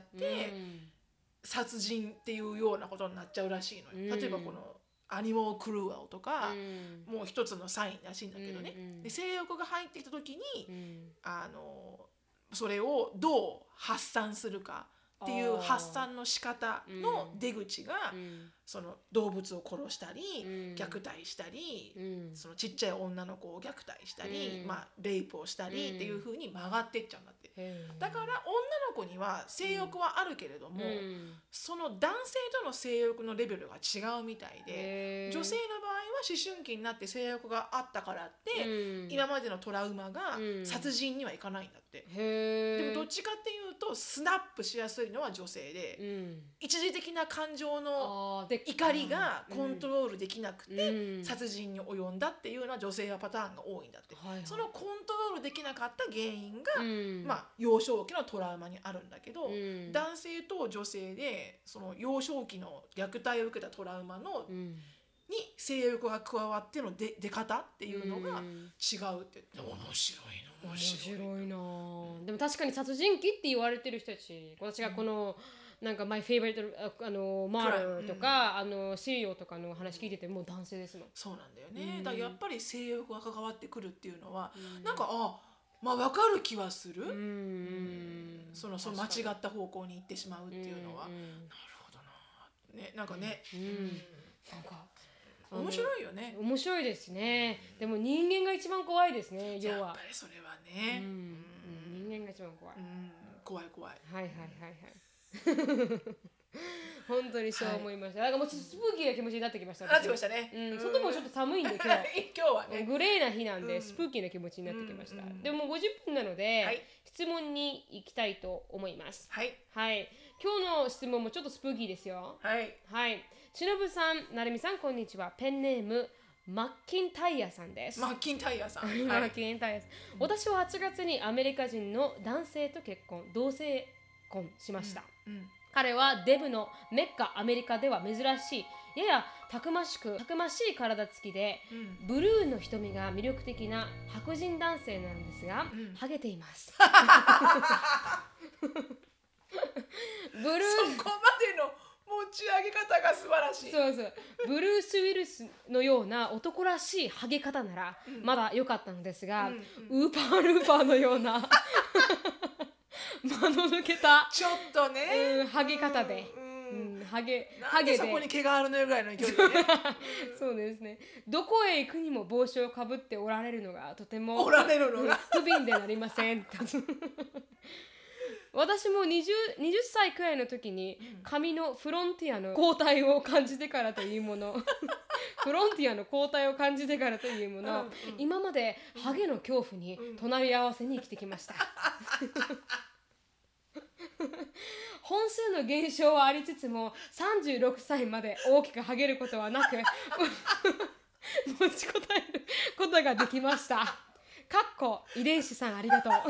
殺人っていうようなことになっちゃうらしいのよ。例えばこのアニモークルーアルとか、もう一つのサインらしいんだけどね、で性欲が入ってきた時に、それをどう発散するかっていう発散の仕方の出口が、その動物を殺したり、虐待したり、そのちっちゃい女の子を虐待したり、レイプをしたりっていう風に曲がってっちゃうんだって。だから女の子には性欲はあるけれども、その男性との性欲のレベルが違うみたいで、女性の場合は思春期になって性欲があったからって、今までのトラウマが殺人にはいかないんだって。でもどっちかっていうとスナップしやすいのは女性で、一時的な感情の怒りがコントロールできなくて、殺人に及んだっていうような女性はパターンが多いんだって。そのコントロールできなかった原因が、幼少期のトラウマにあるんだけど、男性と女性でその幼少期の虐待を受けたトラウマの、に性欲が加わっての出方っていうのが違うって。面白いな。 でも確かに殺人鬼って言われてる人たち、私がこのなんか My Favorite Murder とか、シリオとかの話聞いててもう男性ですもん。 そうなんだよね。だからやっぱり性欲が関わってくるっていうのは、なんか分かる気はする。その間違った方向に行ってしまうっていうのは、なるほどな。ね、なんかね、 なんか面白いよね。 面白いですね。でも人間が一番怖いですね。要は。 やっぱりそれはね。 人間が一番怖い。 怖い。 はい本当にそう思いました。なんかもうちょっとスプーキーな気持ちになってきました。 なってきましたね。 外もちょっと寒いんで今日はね。 グレーな日なんでスプーキーな気持ちになってきました。でももう50分なので、質問に行きたいと思います。はい。今日の質問もちょっとスプーキーですよ。はい。 しのぶさん、なるみさん、こんにちは。ペンネームマッキンタイヤさんです。 マッキンタイヤさん。 マッキンタイヤさん。私は8月にアメリカ人の男性と結婚、同性婚しました。彼はデブのメッカアメリカでは珍しい、ややたくましい体つきで、ブルーの瞳が魅力的な白人男性なのですが、ハゲています。ブルーそこまでの持ち上げ方が素晴らしい。 そうそう。ブルース・ウィルスのような男らしいハゲ方ならまだ良かったのですが、ウーパールーパーのような間の抜けたちょっとね、 ハゲ方で、ハゲでそこに毛があるのよぐらいの勢いでね。 そうですね。どこへ行くにも帽子をかぶっておられるのがとても不憫でなりません。私も20歳くらいの時に髪のフロンティアの交代を感じてからというものフロンティアの交代を感じてからというもの、今までハゲの恐怖に隣り合わせに生きてきました。本数の減少はありつつも36歳まで大きくハゲることはなく持ちこたえることができました。かっこ遺伝子さんありがとう。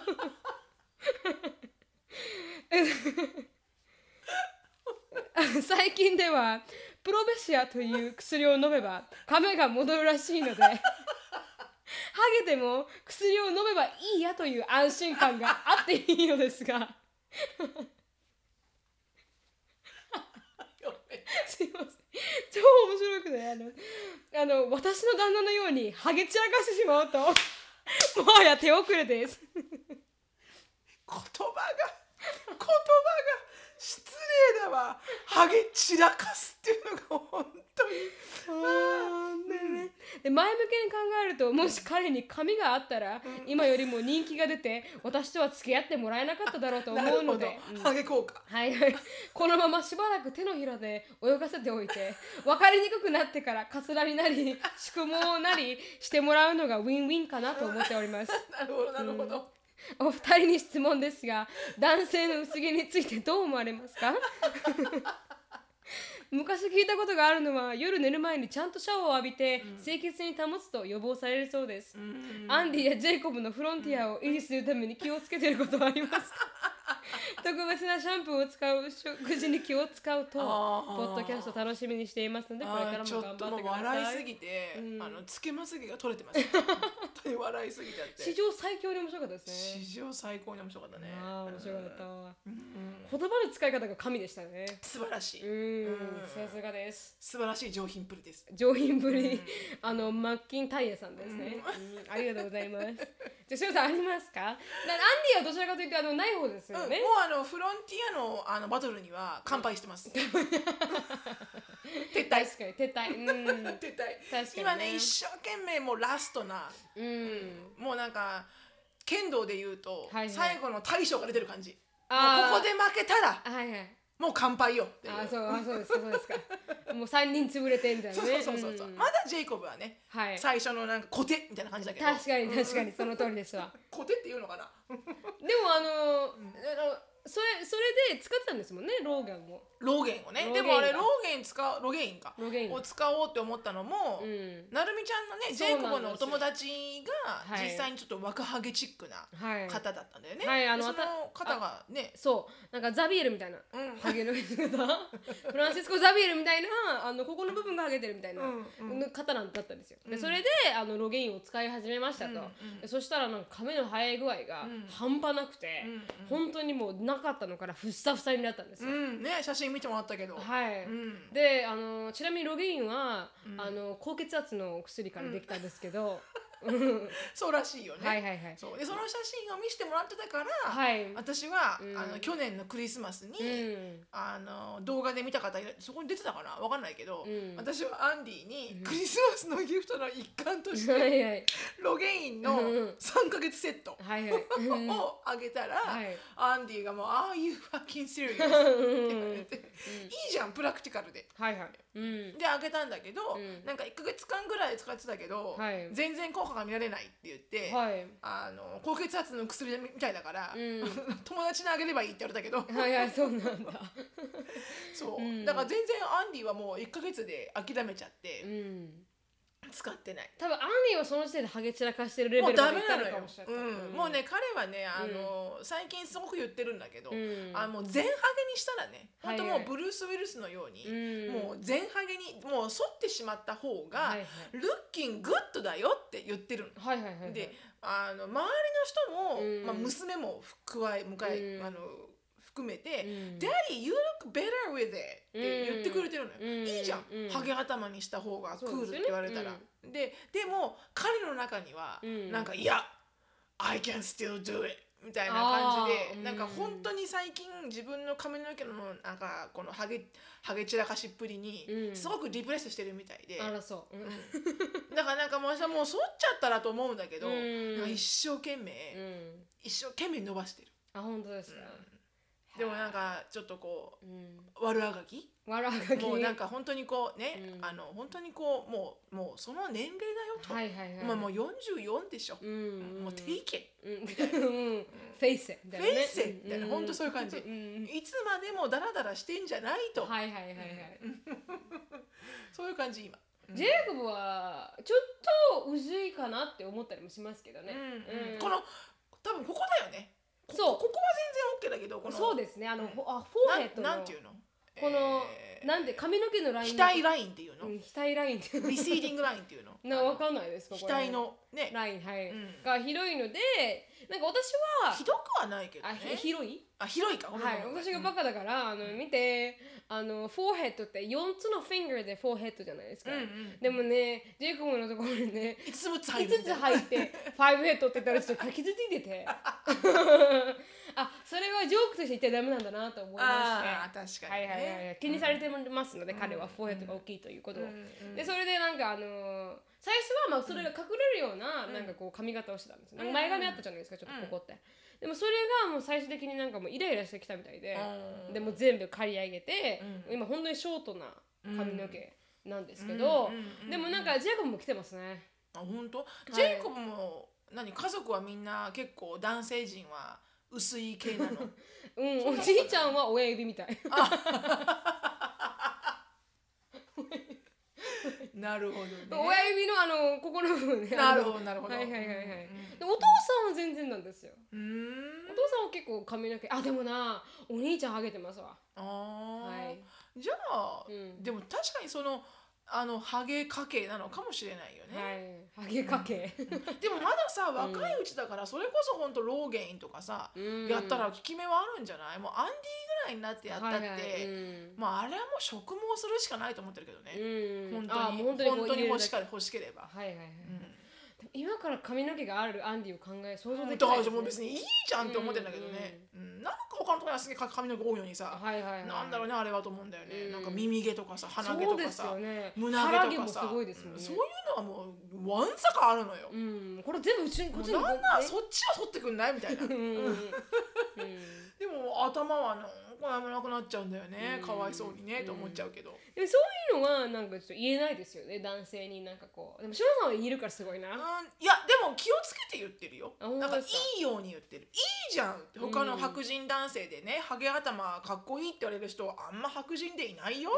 最近ではプロベシアという薬を飲めば髪が戻るらしいのでハゲても薬を飲めばいいやという安心感があっていいのですがすいません、超面白くて私の旦那のようにハゲ散らかしてしまうともはや手遅れです。 言葉が失礼だわ。ハゲ散らかすっていうのが本当にで前向きに考えると、もし彼に髪があったら、今よりも人気が出て私とは付き合ってもらえなかっただろうと思うので、 ハゲ効果、 このまましばらく手のひらで泳がせておいて分かりにくくなってからカツラになり宿毛なりしてもらうのがウィンウィンかなと思っております。 なるほどなるほど。 お二人に質問ですが、男性の薄毛についてどう思われますか？昔聞いたことがあるのは、夜寝る前にちゃんとシャワーを浴びて清潔に保つと予防されるそうです。アンディやジェイコブのフロンティアを維持するために気をつけていることはありますか？特別なシャンプーを使う食事に気を使うとポッドキャスト楽しみにしていますので、これからも頑張ってください。 ちょっともう笑いすぎて、つけまつげが取れてます。本当に笑いすぎちゃって。 史上最強に面白かったですね。 史上最高に面白かったね。 面白かった。言葉の使い方が神でしたね。 素晴らしい。 さすがです。 素晴らしい上品ぶりです。 上品ぶり、マッキンタイヤさんですね。ありがとうございます。じゃあ、しおさんありますか？アンディはどちらかというとない方ですよね。 もうフロンティアのバトルには乾杯してます。撤退。 確かに撤退。 撤退。今ね、一生懸命もうラストな、もうなんか剣道で言うと最後の大将が出てる感じ。もうここで負けたらもう乾杯よっていう。 そうですか。もう3人潰れてみたいなね。 そう。まだジェイコブはね、最初のなんかコテみたいな感じだけど。 確かにその通りですわ。 コテっていうのかな。 でもそれで使ってたんですもんね、ローゲンを。 でもあれローゲンを使おうって思ったのも、なるみちゃんのねジェイコブのお友達が実際にちょっと若ハゲチックな方だったんだよね。その方がね、 なんかザビエルみたいなハゲの方、フランシスコ・ザビエルみたいなここの部分がハゲてるみたいな方だったんですよ。でそれでロゲインを使い始めましたと。そしたらなんか髪の生え具合が半端なくて、本当にもうなかったのからふっさふさになったんですよ。 ね、写真見てもらったけど。 でちなみにロゲインは高血圧の薬からできたんですけど、 そうらしいよね。 そうでその写真を見せてもらってたから、私は去年のクリスマスに動画で見た方そこに出てたかな、分かんないけど、私はアンディにクリスマスのギフトの一環としてロゲインの3ヶ月セットをあげたら、アンディがもう「Are you fucking serious?」って言われて「いいじゃんプラクティカルで」であげたんだけど、なんか1ヶ月間ぐらい使ってたけど全然効果歯が見られないって言って、 はい、 高血圧の薬みたいだから、 うん、 友達にあげればいいって言われたけどはいはい、そうなんだそう、 うん、 だから全然アンディはもう1ヶ月で諦めちゃって、 うん、 使ってない。 多分アンディはその時点でハゲ散らかしてるレベルまでいったのかもしれない。 もうね、彼はね、最近すごく言ってるんだけど、もう全ハゲにしたらね、本当もうブルース・ウィルスのように、もう全ハゲにもう剃ってしまった方が、ルッキングッドだよって言ってるの。 はいはいはい、 で、周りの人も、娘も含めて、Daddy, you look better with it って言ってくれてるのよ。いいじゃん、ハゲ頭にした方がクールって言われたら。でも彼の中には、なんかいや I can still do it みたいな感じで、なんか本当に最近自分の髪の毛のなんかこのハゲ散らかしっぷりにすごくリプレイスしてるみたいで、 あらそう、 だからなんかもう剃っちゃったらと思うんだけど、一生懸命伸ばしてる。 あ、本当ですか。 でもなんかちょっとこう、悪あがきもうなんか本当にこうね、本当にこうもうその年齢だよと、もう44でしょ、もう take it みたいな、 フェイスみたいなね、 みたいな、本当そういう感じ、いつまでもダラダラしてんじゃないと、そういう感じ今。 ジェイコブはちょっとうずいかなって思ったりもしますけどね。 この多分ここだよね。そう、ここは全然 OK だけど、このそうですね、フォーヘッドのなんていうの、 このなんで髪の毛のライン、 額ラインっていうの、 額ラインっていうの、 リシーディングラインっていうの、 わかんないですか、 額のねライン、が広いので、なんか私はひどくはないけどね。 広いか。 私がバカだから見て、フォーヘッドって4つのフィンガーでフォーヘッドじゃないですか。でもね、ジェイコブのところにね、5つ入ってファイブヘッドって言ったらちょっと傷ついててあ、それはジョークとして言ってダメなんだなと思いまして、確かにね、 気にされてますので、彼はフォーヘッドが大きいということを、でそれでなんか最初はそれが隠れるような、なんかこう髪型をしてたんですよ。前髪あったじゃないですか、ちょっとここって。でもそれがもう最終的になんかもうイライラしてきたみたいで、でも全部刈り上げて、今本当にショートな髪の毛なんですけど、でもなんかジェイコブも来てますね。 あ、本当？ジェイコブも家族はみんな結構男性陣は薄い系なの？ おじいちゃんは親指みたい。 なるほどね。 親指のここの部分ね。 なるほど。でお父さんは全然なんですよ。お父さんは結構髪の毛、でもな、お兄ちゃんハゲてますわ。 じゃあ、でも確かにそのハゲ家系なのかもしれないよね。 ハゲ家系。 でもまださ、若いうちだから、それこそ本当ローゲインとかさ、やったら効き目はあるんじゃない？もうアンディぐらいになってやったって、あれはもう植毛するしかないと思ってるけどね。本当に欲しければ。 今から髪の毛があるアンディを想像できない。 だからもう別にいいじゃんって思ってるんだけどね。なんか他のところはすげえ髪の毛多いのにさ、なんだろうね、あれはと思うんだよね。なんか耳毛とかさ、鼻毛とかさ、胸毛とかさ、そういうのはもうわんさかあるのよ。 これ全部こっちになんならそっちは剃ってくんないみたいな。でも頭はやめなくなっちゃうんだよね、かわいそうにねと思っちゃうけど。 でもそういうのはなんかちょっと言えないですよね、男性に。なんかこう、でもシロさんは言えるからすごいな。 いやでも気をつけて言ってるよ。なんかいいように言ってる。いいじゃん。他の白人男性でね、ハゲ頭かっこいいって言われる人はあんま白人でいないよって。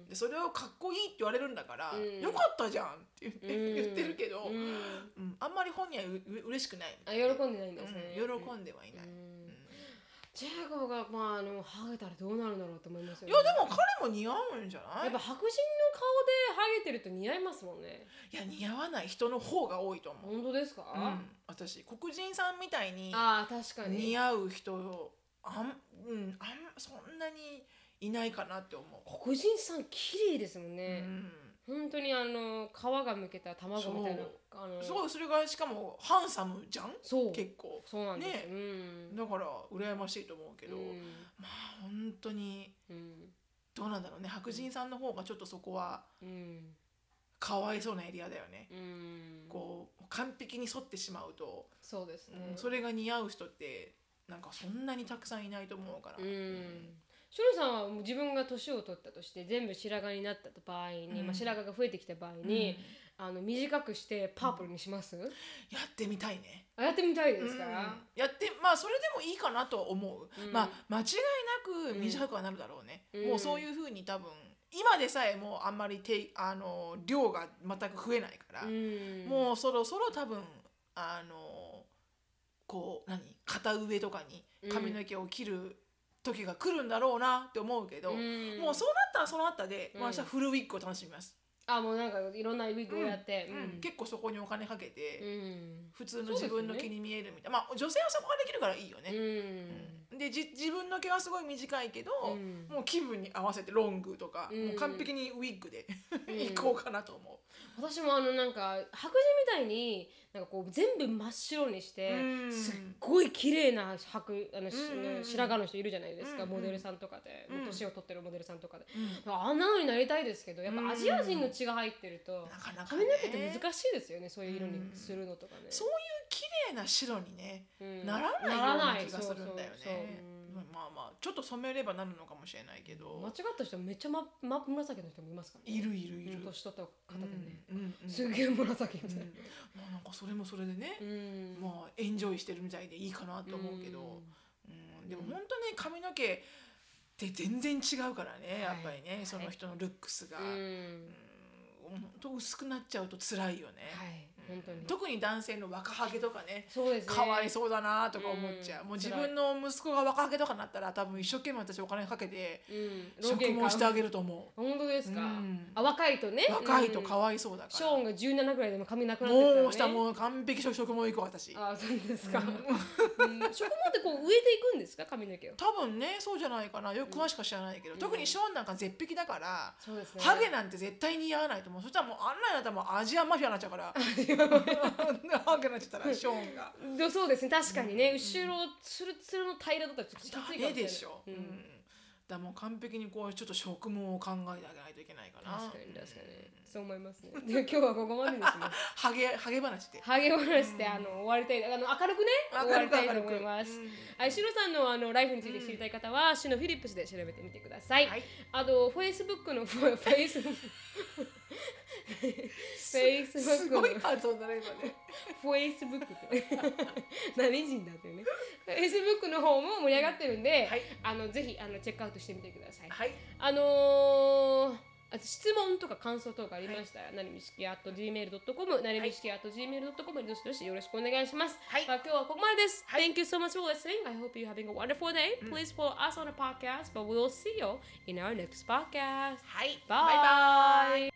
でそれをかっこいいって言われるんだから、よかったじゃんって言ってるけど、あんまり本人は嬉しくない。 喜んでないんですね。 喜んではいない。 ジェイコブがハゲたらどうなるんだろうと思いますよね。 いやでも彼も似合うんじゃない？ やっぱ白人の顔でハゲてると似合いますもんね。 いや似合わない人の方が多いと思う。 本当ですか？ 私黒人さんみたいに確かに似合う人そんなにいないかなって思う。 黒人さん綺麗ですもんね。本当に皮がむけた卵みたいな。 すごい、それがしかもハンサムじゃん。結構そうなんです、 だから羨ましいと思うけど、まあ本当にどうなんだろうね。白人さんの方がちょっとそこはかわいそうなエリアだよね。こう完璧に沿ってしまうと、 そうですね、 それが似合う人ってなんかそんなにたくさんいないと思うから。 しのさんは自分が年を取ったとして全部白髪になった場合に、白髪が増えてきた場合に、短くしてパープルにします？ やってみたいね。 やってみたいですか？ やってそれでもいいかなと思う。間違いなく短くはなるだろうね。もうそういう風に多分今でさえもうあんまり量が全く増えないから、もうそろそろ多分こう片上とかに髪の毛を切る時が来るんだろうなって思うけど、もうそうなったらそうなったで、私はフルウィッグを楽しみます。 もうなんかいろんなウィッグをやって、 結構そこにお金かけて、普通の自分の毛に見えるみたいな、女性はそこができるからいいよね。で自分の毛はすごい短いけど、もう気分に合わせてロングとか、もう完璧にウィッグで行こうかなと思う。 私もなんか白人みたいになんかこう全部真っ白にして、すっごい綺麗な白髪の人いるじゃないですか、モデルさんとかで、年を取ってるモデルさんとかで、あんなのになりたいですけど、やっぱアジア人の血が入ってると髪の毛って難しいですよね、そういう色にするのとかね。 そういう綺麗な白にね、ならないような気がするんだよね。ちょっと染めればなるのかもしれないけど、 間違った人めっちゃ紫の人もいますからね。 いる年取った方でね、すげえ紫みたいな。 なんかそれもそれでね、エンジョイしてるみたいでいいかなと思うけど、でも本当ね、髪の毛って全然違うからね、やっぱりね、その人のルックスが本当薄くなっちゃうと辛いよね。本当に特に男性の若ハゲとかね、かわいそうだなとか思っちゃう。もう自分の息子が若ハゲとかになったら多分一生懸命私お金かけて植毛してあげると思う。 本当ですか？若いとね、 若いとかわいそうだから。 ショーンが17ぐらいでも髪なくなってたらね、 もうしたもう完璧植毛行こう私。 そうですか。植毛ってこう植えていくんですか、髪の毛を？ 多分ね、そうじゃないかな。よく詳しくは知らないけど、特にショーンなんか絶壁だから、ハゲなんて絶対に似合わないと思う。そしたらもうあんなになったらもうアジアンマフィアになっちゃうから。ハゲになっちゃったらショーンが。 そうですね、確かにね、後ろツルツルの平らだったらちょっときついかもしれない。 でしょ。だもう完璧にこうちょっと植毛を考えてあげないといけないかな。 確かにそう思いますね。で今日はここまでですね。 ハゲ話で終わりたい、明るくね終わりたいと思います。シノさんのライフについて知りたい方はシノフィリップスで調べてみてください。Facebook のすごい発音だね今ね。 Facebook って何人だってね。Facebook の方も盛り上がってるんで、ぜひチェックアウトしてみてください。質問とか感想とかありましたら、なりみしき@gmail.com、なりみしき@gmail.com にどしどしよろしくお願いします。今日はここまでです。Thank you so much for listening. I hope you're having a wonderful day. Please follow us on the podcast, but we'll see you in our next podcast. Bye bye.